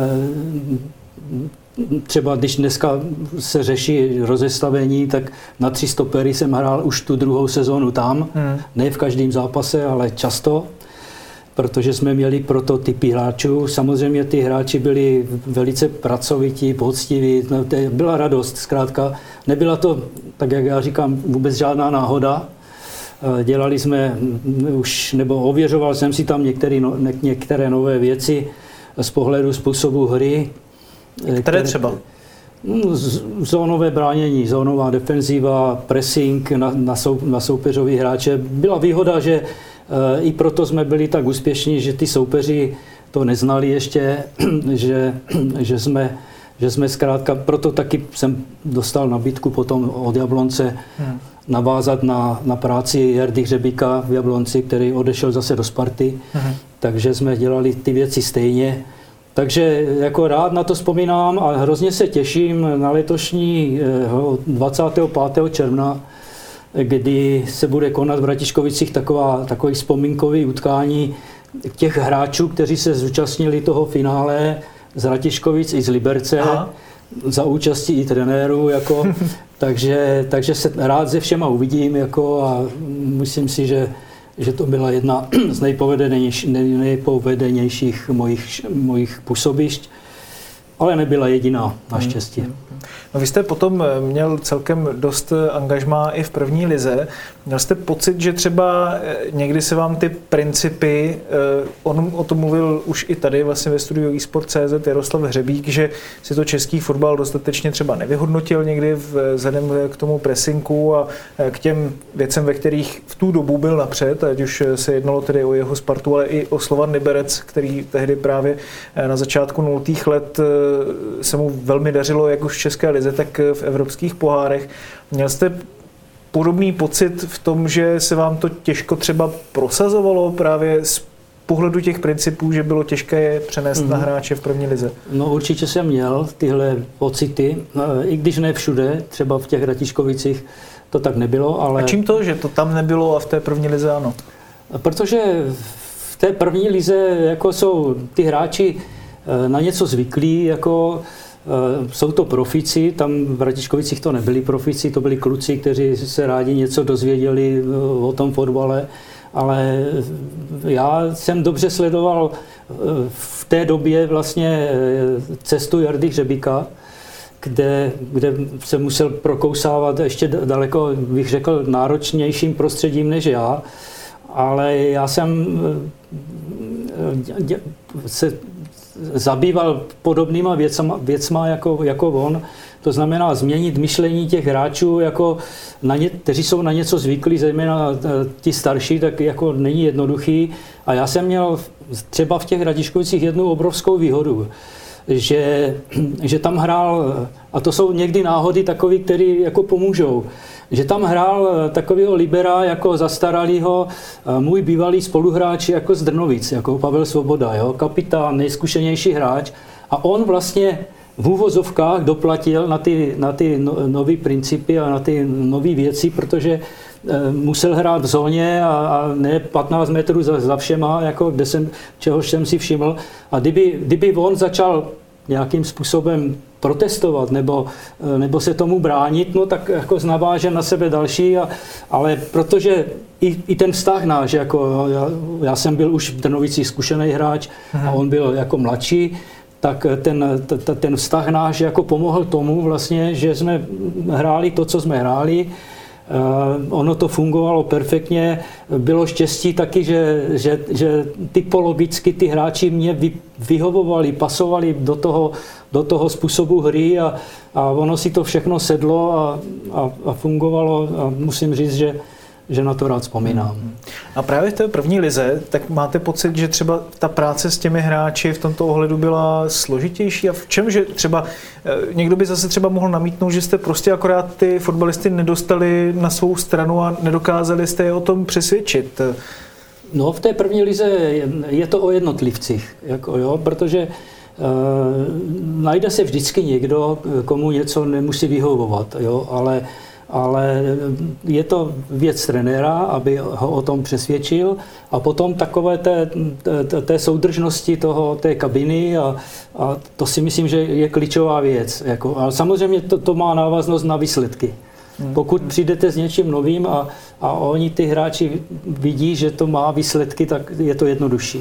E: třeba když dneska se řeší rozestavení, tak na 3 stopery jsem hrál už tu druhou sezónu tam, ne v každém zápase, ale často, protože jsme měli prototypy hráčů. Samozřejmě ty hráči byli velice pracovití, poctiví, byla radost, zkrátka. Nebyla to, tak jak já říkám, vůbec žádná náhoda. Dělali jsme už, nebo ověřoval jsem si tam některé nové věci z pohledu způsobu hry.
D: Které třeba?
E: Zónové bránění, zónová defenziva, pressing na soupeřový hráče. Byla výhoda, že i proto jsme byli tak úspěšní, že ty soupeři to neznali ještě, že jsme zkrátka, proto taky jsem dostal nabídku potom od Jablonce navázat na práci Jardy Hřebíka v Jablonci, který odešel zase do Sparty, takže jsme dělali ty věci stejně. Takže jako rád na to vzpomínám a hrozně se těším na letošní 25. června, kdy se bude konat v Ratíškovicích takový vzpomínkový utkání těch hráčů, kteří se zúčastnili toho finále z Ratíškovic i z Liberce. Aha. Za účastí i trenérů, jako, takže se rád se všema uvidím jako, a myslím si, že to byla jedna z nejpovedenějších mojich působišť, ale nebyla jediná, naštěstí.
D: No, vy jste potom měl celkem dost angažmá i v první lize. Měl jste pocit, že třeba někdy se vám ty principy, on o tom mluvil už i tady vlastně ve studiu eSport.cz Jaroslav Hřebík, že si to český fotbal dostatečně třeba nevyhodnotil někdy vzhledem k tomu pressinku a k těm věcem, ve kterých v tu dobu byl napřed, ať už se jednalo tedy o jeho Spartu, ale i o Slovan Liberec, který tehdy právě na začátku 0. let se mu velmi dařilo, jak už v české lize, tak v evropských pohárech. Měl jste podobný pocit v tom, že se vám to těžko třeba prosazovalo právě z pohledu těch principů, že bylo těžké je přenést na hráče v první lize? No
E: určitě jsem měl tyhle pocity, i když ne všude, třeba v těch Ratíškovicích to tak nebylo, ale... A čím to, že to tam nebylo a v té první lize ano? Protože v té první lize jako jsou ty hráči na něco zvyklí, jako jsou to profíci, tam v Ratíškovicích to nebyli profíci, to byli kluci, kteří se rádi něco dozvěděli o tom fotbale, ale já jsem dobře sledoval v té době vlastně cestu Jardy Hřebíka, kde se musel prokousávat ještě daleko, bych řekl, náročnějším prostředím než já, ale já jsem se zabýval podobnýma věcma jako on. To znamená změnit myšlení těch hráčů, jako kteří jsou na něco zvyklí, zejména ti starší, tak jako není jednoduchý. A já jsem měl třeba v těch Hradiškovicích jednu obrovskou výhodu, že tam hrál, a to jsou někdy náhody takový, který jako pomůžou, že tam hrál takového libera jako zastaralýho můj bývalý spoluhráč jako z Drnovic, jako Pavel Svoboda, jo, kapitán, nejzkušenější hráč, a on vlastně v úvozovkách doplatil na ty nové principy a na ty nové věci, protože musel hrát v zóně a ne 15 metrů za všema, jako čehož jsem si všiml. A kdyby on začal nějakým způsobem protestovat nebo se tomu bránit, no tak jako naváže na sebe další, ale protože i ten vztah náš, jako já jsem byl už v Drnovicích zkušený hráč a on byl jako mladší, tak ten vztah náš jako pomohl tomu vlastně, že jsme hráli to, co jsme hráli. Ono to fungovalo perfektně. Bylo štěstí taky, že typologicky ty hráči mě vyhovovali, pasovali do toho způsobu hry a ono si to všechno sedlo a fungovalo. A musím říct, že na to rád vzpomínám.
D: A právě v té první lize, tak máte pocit, že třeba ta práce s těmi hráči v tomto ohledu byla složitější? A v čem, že třeba někdo by zase třeba mohl namítnout, že jste prostě akorát ty fotbalisty nedostali na svou stranu a nedokázali jste je o tom přesvědčit?
E: No, v té první lize je to o jednotlivcích, jako jo, protože najde se vždycky někdo, komu něco nemusí vyhovovat, jo, ale je to věc trenéra, aby ho o tom přesvědčil, a potom takové té soudržnosti té kabiny a to si myslím, že je klíčová věc. Jako, ale samozřejmě to má návaznost na výsledky. Pokud přijdete s něčím novým a oni, ty hráči, vidí, že to má výsledky, tak je to jednodušší.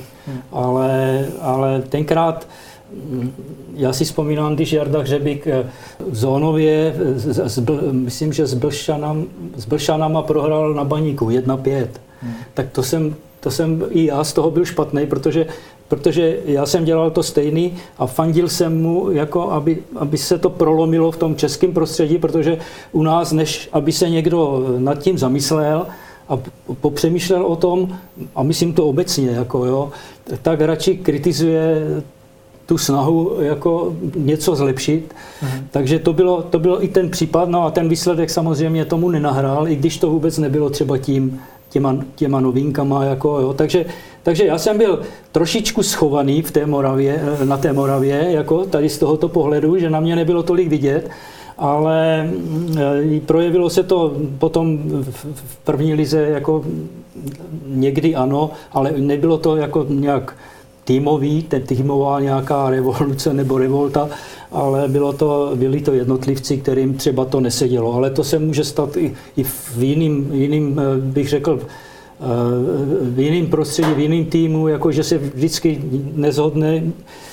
E: Ale tenkrát já si vzpomínám, když Jarda Hřebík v Zónově, myslím, že s Blšanama prohrál na Baníku 1-5. Tak to jsem i já z toho byl špatný, protože já jsem dělal to stejný a fandil jsem mu, jako aby se to prolomilo v tom českém prostředí, protože u nás, než aby se někdo nad tím zamyslel a popřemýšlel o tom, a myslím to obecně, jako jo, tak radši kritizuje tu snahu jako něco zlepšit. Takže to bylo i ten případ, no a ten výsledek samozřejmě tomu nenahrál, i když to vůbec nebylo třeba těma novinkama, jako jo. Takže já jsem byl trošičku schovaný na té Moravě, jako tady z tohoto pohledu, že na mě nebylo tolik vidět, ale projevilo se to potom v první lize jako někdy ano, ale nebylo to jako nějak týmová nějaká revoluce nebo revolta, ale byli to jednotlivci, kterým třeba to nesedělo. Ale to se může stát i v jiným, bych řekl, v jiném prostředí, v jiném týmu, jako že se vždycky nezhodne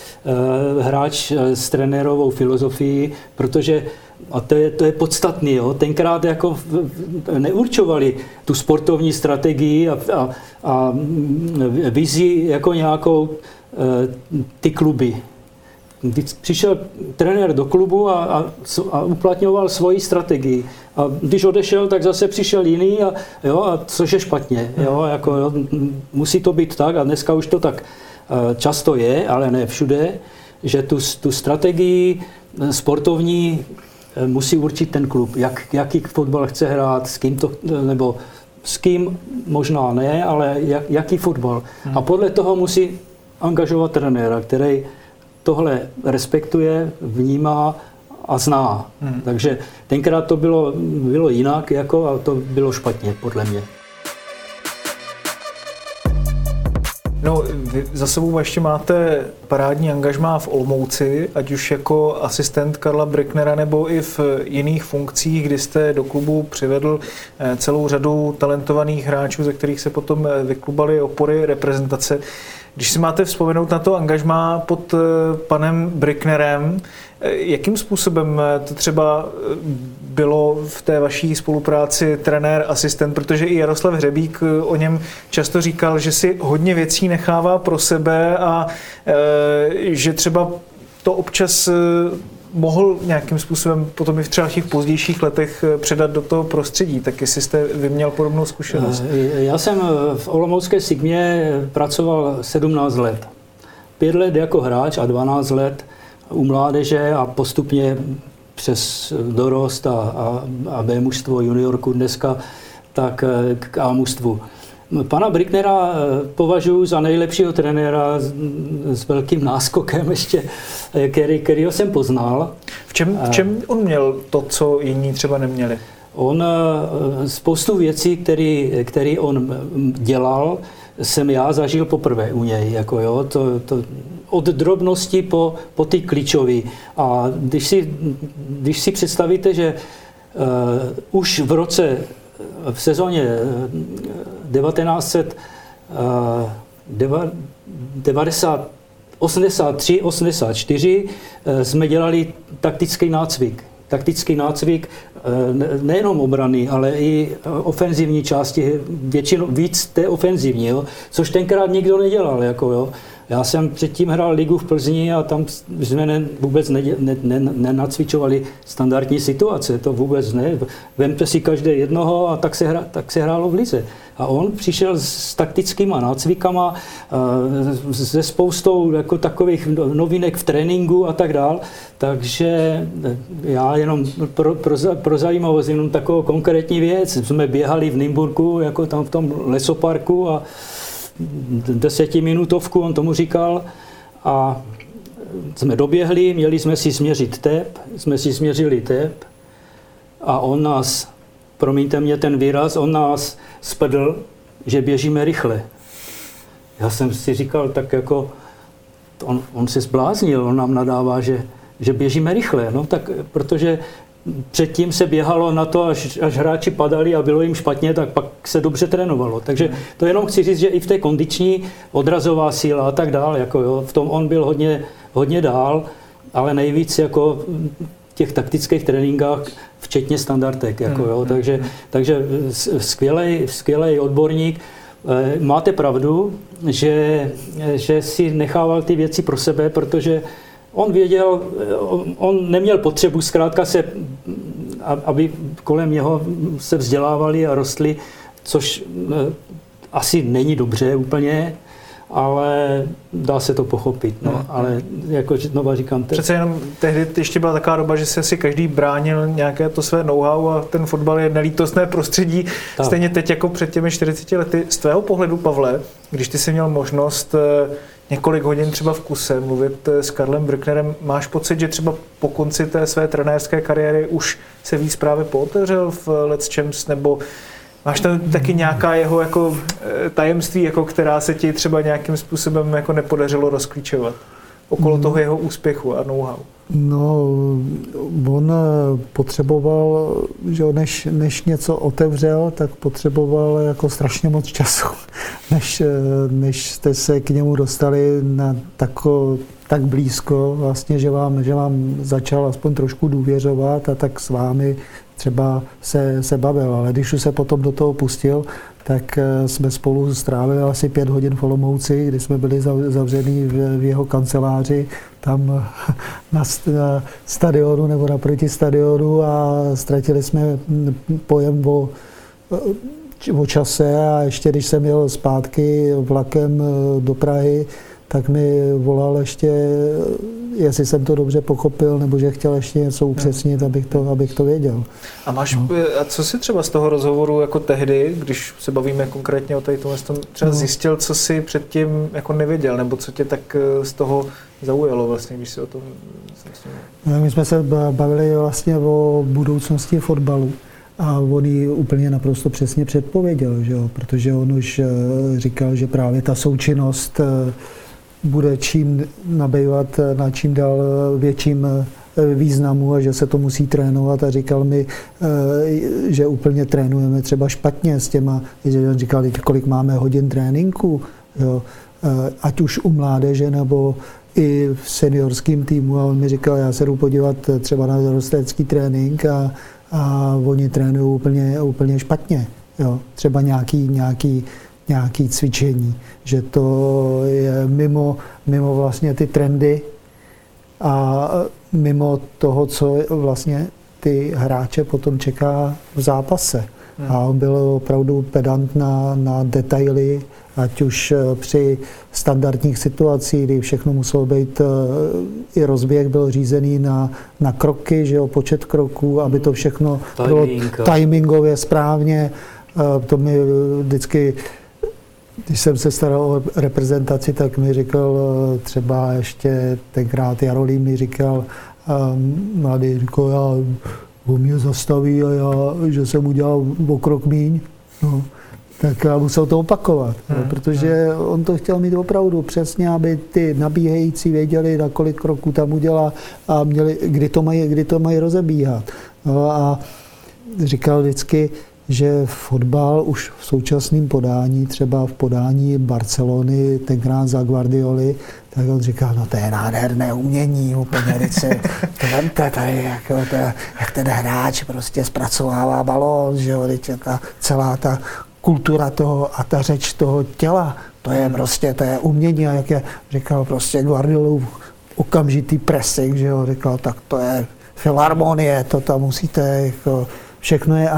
E: hráč s trenérovou filozofií, protože, a to je podstatný, jo, tenkrát jako neurčovali tu sportovní strategii a vizi jako nějakou ty kluby. Když přišel trenér do klubu a uplatňoval svoji strategii. A když odešel, tak zase přišel jiný a což je špatně. Jo, jako, jo, musí to být tak, a dneska už to tak často je, ale ne všude, že tu strategii sportovní musí určit ten klub, jaký fotbal chce hrát, s kým nebo s kým možná ne, ale jaký fotbal. A podle toho musí angažovat trenéra, který tohle respektuje, vnímá a zná. Takže tenkrát to bylo jinak, jako, a to bylo špatně, podle mě.
D: No, vy za sebou ještě máte parádní angažmá v Olomouci, ať už jako asistent Karla Brücknera nebo i v jiných funkcích, kdy jste do klubu přivedl celou řadu talentovaných hráčů, ze kterých se potom vyklubaly opory reprezentace. Když si máte vzpomenout na to angažmá pod panem Brücknerem, jakým způsobem to třeba bylo v té vaší spolupráci trenér, asistent, protože i Jaroslav Hřebík o něm často říkal, že si hodně věcí nechává pro sebe a že třeba to občas mohl nějakým způsobem potom i v třeba těch pozdějších letech předat do toho prostředí. Tak jestli jste vy měl podobnou zkušenost?
E: Já jsem v Olomoucké Sigmě pracoval 17 let. 5 let jako hráč a 12 let u mládeže a postupně přes dorost a B mužstvo juniorku dneska, tak k A mužstvu. Pana Brücknera považuji za nejlepšího trenéra s velkým náskokem ještě, kterýho jsem poznal.
D: V čem on měl to, co jiní třeba neměli?
E: On spoustu věcí, které on dělal, jsem já zažil poprvé u něj. Jako jo, od drobnosti po ty klíčové. A když si představíte, že už v sezóně 1983-84 jsme dělali taktický nácvik nejenom obrany, ale i ofenzivní části, většinou víc té ofenzivní, jo, což tenkrát nikdo nedělal. Jako, jo. Já jsem předtím hrál ligu v Plzni a tam jsme vůbec nenacvičovali standardní situace, to vůbec ne. Vemte si každé jednoho a tak se hrálo v lize. A on přišel s taktickýma nácvikama, se spoustou jako takových novinek v tréninku a tak dál. Takže já jenom pro zajímavost, jenom takovou konkrétní věc. Jsme běhali v Nymburku, jako tam v tom lesoparku a 10minutovku, on tomu říkal, a jsme doběhli, měli jsme si změřit tep, jsme si změřili tep a on nás, promiňte mě ten výraz, on nás spadl, že běžíme rychle. Já jsem si říkal, tak jako, on se zbláznil, on nám nadává, že běžíme rychle, no tak, protože předtím se běhalo na to, až hráči padali a bylo jim špatně, tak pak se dobře trénovalo. Takže to jenom chci říct, že i v té kondiční odrazová síla a tak dále, jako jo, v tom on byl hodně dál, ale nejvíc jako v těch taktických tréninkách, včetně standardek. Jako, jo, takže skvělej odborník. Máte pravdu, že si nechával ty věci pro sebe, protože on věděl, on neměl potřebu zkrátka aby kolem něho se vzdělávali a rostli, což asi není dobře úplně, ale dá se to pochopit. No. Ale jako znova říkám...
D: Přece jenom tehdy ještě byla taková doba, že se si každý bránil nějaké to své know-how a ten fotbal je nelítostné prostředí. Tak. Stejně teď jako před těmi 40 lety. Z tvého pohledu, Pavle, když ty jsi měl možnost několik hodin třeba v kuse mluvit s Karlem Brücknerem, máš pocit, že třeba po konci té své trenérské kariéry už se víc právě pootevřel v Let's nebo máš tam taky nějaká jeho jako tajemství, jako která se ti třeba nějakým způsobem jako nepodařilo rozklíčovat okolo toho jeho úspěchu a know-how?
F: No, on potřeboval, že než něco otevřel, tak potřeboval jako strašně moc času, než jste se k němu dostali na tak blízko, vlastně, že vám začal aspoň trošku důvěřovat a tak s vámi třeba se bavil, ale když už se potom do toho pustil, tak jsme spolu strávili asi 5 hodin v Olomouci, kdy jsme byli zavření v jeho kanceláři, tam na stadionu nebo naproti stadionu a ztratili jsme pojem o čase a ještě když jsem jel zpátky vlakem do Prahy, tak mi volal ještě, jestli jsem to dobře pochopil, nebo že chtěl ještě něco upřesnit, abych to věděl.
D: A a co si třeba z toho rozhovoru jako tehdy, když se bavíme konkrétně o tom, třeba zjistil, co si předtím jako nevěděl, nebo co tě tak z toho zaujalo vlastně, když si o tom...
F: My jsme se bavili vlastně o budoucnosti fotbalu. A on ji úplně naprosto přesně předpověděl, že jo? Protože on už říkal, že právě ta součinnost bude čím nabývat na čím dál větším významu a že se to musí trénovat a říkal mi, že úplně trénujeme třeba špatně s těma, že on říkal, kolik máme hodin tréninku, jo? ať už u mládeže nebo i v seniorském týmu. A on mi říkal, já se jdu podívat třeba na dorostenecký trénink a oni trénují úplně špatně. Jo? Třeba nějaký cvičení, že to je mimo vlastně ty trendy a mimo toho, co vlastně ty hráče potom čeká v zápase. A on byl opravdu pedant na detaily, ať už při standardních situacích, kdy všechno muselo být, i rozběh byl řízený na kroky, že jo, počet kroků, aby to všechno bylo timingově správně. To mi vždycky, když jsem se staral o reprezentaci, tak mi říkal třeba ještě tenkrát Jarolím mi říkal, mladý, říkal, on mě zastaví a že jsem udělal o krok míň, no, tak já musel to opakovat, protože on to chtěl mít opravdu přesně, aby ty nabíhající věděli, na kolik kroků tam udělá a měli, kdy to mají rozebíhat. No, a říkal vždycky, že fotbal už v současném podání, třeba v podání Barcelony, tenkrát za Guardioli, tak on říkal, no to je nádherné umění, úplně vždycky, to vemte tady, jak ten hráč prostě zpracovává balón, že jo, celá ta kultura toho a ta řeč toho těla, to je prostě, to je umění a jak je, říkal prostě Guardiolův okamžitý pressing, že jo, říkal, tak to je filharmonie, to tam musíte, jako, všechno je,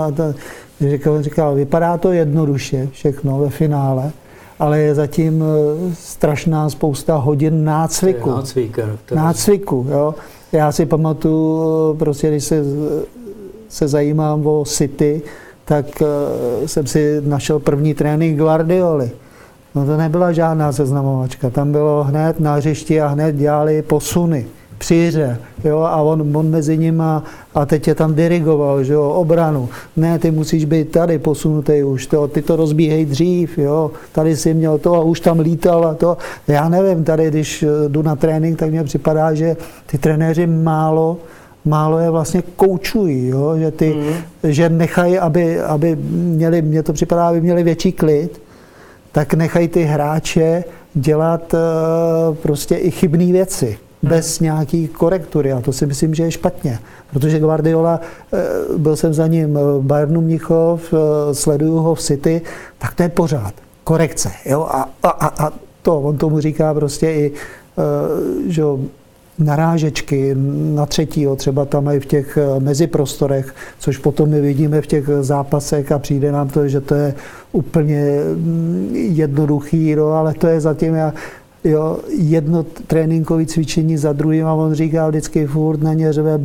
F: říkal, vypadá to jednoduše, všechno ve finále, ale je zatím strašná spousta hodin nácviku. Nácviku, jo. Já si pamatuju, prostě, když se zajímám o City, tak jsem si našel první trénink Guardioli. No to nebyla žádná seznamovačka, tam bylo hned na hřišti a hned dělali posuny při hře, jo, a on mezi nimi a teď je tam dirigoval, že jo, obranu. Ne, ty musíš být tady posunutý už, ty to rozbíhej dřív, jo, tady si měl to a už tam lítal a to. Já nevím, tady, když jdu na trénink, tak mně připadá, že ty trenéři málo je vlastně koučují, jo, že nechají, aby měli, mně to připadá, aby měli větší klid, tak nechají ty hráče dělat prostě i chybné věci. Bez nějaký korektury a to si myslím, že je špatně. Protože Guardiola, byl jsem za ním v Bayernu Mnichov, sleduju ho v City, tak to je pořád. Korekce. Jo? A to, on tomu říká prostě i že narážečky na třetího, třeba tam i v těch meziprostorech, což potom my vidíme v těch zápasech a přijde nám to, že to je úplně jednoduchý, no, ale to je zatím jo, jedno tréninkové cvičení za druhým a on říká vždycky furt na ně řve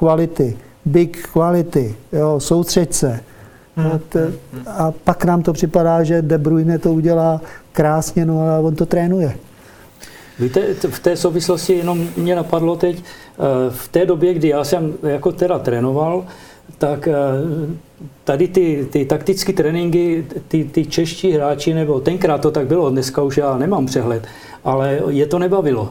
F: big quality, jo, soustřeď se. A pak nám to připadá, že De Bruyne to udělá krásně, no ale on to trénuje.
E: Víte, v té souvislosti jenom mě napadlo teď, v té době, kdy já jsem jako teda trénoval, tak tady ty taktické tréninky, ty čeští hráči, nebo tenkrát to tak bylo, dneska už já nemám přehled, ale je to nebavilo.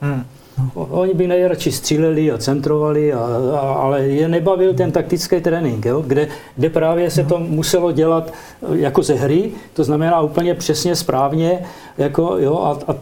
E: Oni by nejradši stříleli a centrovali, ale je nebavil ten taktický trénink, jo? Kde právě se to muselo dělat jako ze hry, to znamená úplně přesně, správně, jako, jo? A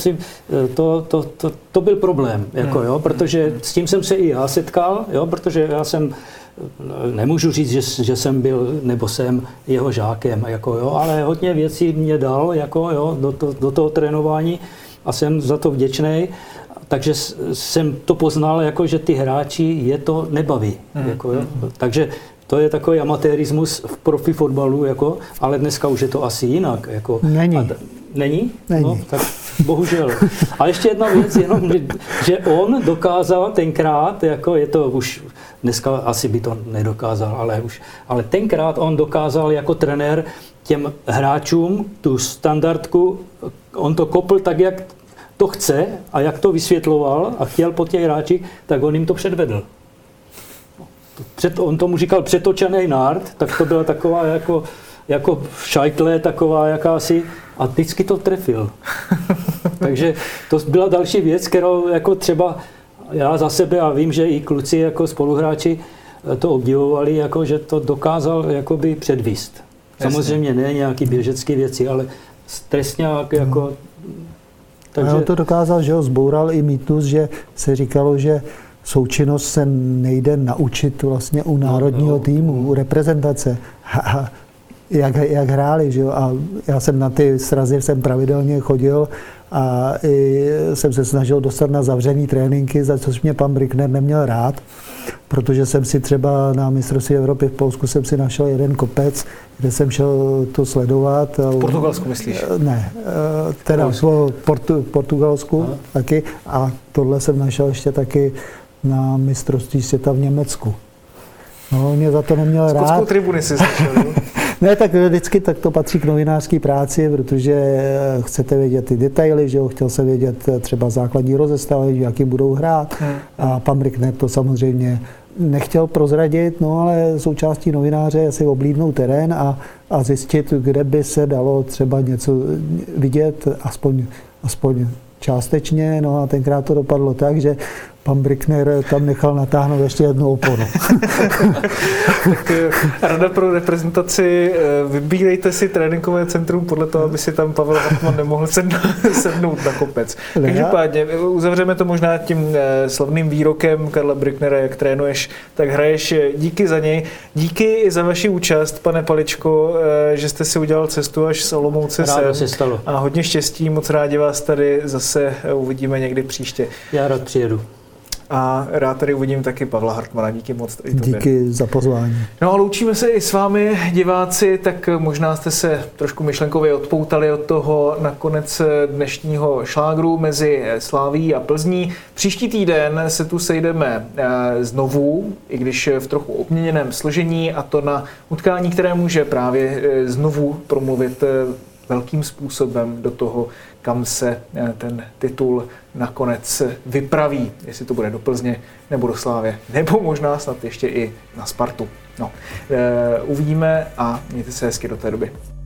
E: to byl problém, jako, jo? Protože s tím jsem se i já setkal, jo? Protože já jsem, nemůžu říct, že jsem byl nebo jsem jeho žákem, jako, jo? Ale hodně věcí mě dal jako, jo? Do toho trénování a jsem za to vděčný. Takže jsem to poznal, jako, že ty hráči je to nebaví. Jako, jo. Takže to je takový amatérismus v profi fotbalu, jako, ale dneska už je to asi jinak. Jako.
F: Není?
E: Není? No, tak bohužel. A ještě jedna věc, jenom, že on dokázal tenkrát, jako je to už, dneska asi by to nedokázal, ale tenkrát on dokázal jako trenér těm hráčům tu standardku, on to kopl tak, jak to chce a jak to vysvětloval a chtěl po těch hráčích, tak on jim to předvedl. On tomu říkal přetočený nárt, tak to byla taková jako v šajtle, taková jakási, a vždycky to trefil. Takže to byla další věc, kterou jako třeba já za sebe a vím, že i kluci jako spoluhráči to obdivovali, jako, že to dokázal jakoby předvíst. Samozřejmě ne nějaký běžecký věci, ale stresňák jako
F: Takže... A on to dokázal, že ho zboural i mýtus, že se říkalo, že součinnost se nejde naučit vlastně u národního týmu, u reprezentace. Jak hráli, že jo? A já jsem na ty srazy pravidelně chodil a i jsem se snažil dostat na zavřený tréninky, za což mě pan Brückner neměl rád, protože jsem si třeba na mistrovství Evropy v Polsku jsem si našel jeden kopec, kde jsem šel to sledovat.
D: V Portugalsku myslíš?
F: Ne, teda v Portugalsku taky a tohle jsem našel ještě taky na mistrovství světa v Německu. No, mě za to neměl rád.
D: Skotskou tribuny si slyšel,
F: Ne, tak vždycky tak to patří k novinářské práci, protože chcete vědět ty detaily, že jo, chtěl jsem vědět třeba základní rozestavení, jaký budou hrát. A pan Brückner to samozřejmě nechtěl prozradit, no ale součástí novináře je si oblídnout terén a zjistit, kde by se dalo třeba něco vidět, aspoň částečně, no a tenkrát to dopadlo tak, že pan Brückner tam nechal natáhnout ještě jednu oponu.
D: Tak rada pro reprezentaci, vybírejte si tréninkové centrum podle toho, aby si tam Pavel Hartmann nemohl sednout na kopec. Každopádně uzavřeme to možná tím slavným výrokem Karla Brücknera, jak trénuješ, tak hraješ. Díky za něj. Díky i za vaši účast, pane Paličko, že jste si udělal cestu až z Olomouce sem. A hodně štěstí, moc rádi vás tady zase uvidíme někdy příště.
E: Já rád přijedu.
D: A rád tady uvidím taky Pavla Hartmana. Díky moc.
F: Díky za pozvání.
D: No a loučíme se i s vámi, diváci, tak možná jste se trošku myšlenkově odpoutali od toho nakonec dnešního šlágru mezi Slavií a Plzní. Příští týden se tu sejdeme znovu, i když v trochu obměněném složení, a to na utkání, které může právě znovu promluvit velkým způsobem do toho, kam se ten titul nakonec vypraví, jestli to bude do Plzně nebo do Slávie, nebo možná snad ještě i na Spartu. No, uvidíme a mějte se hezky do té doby.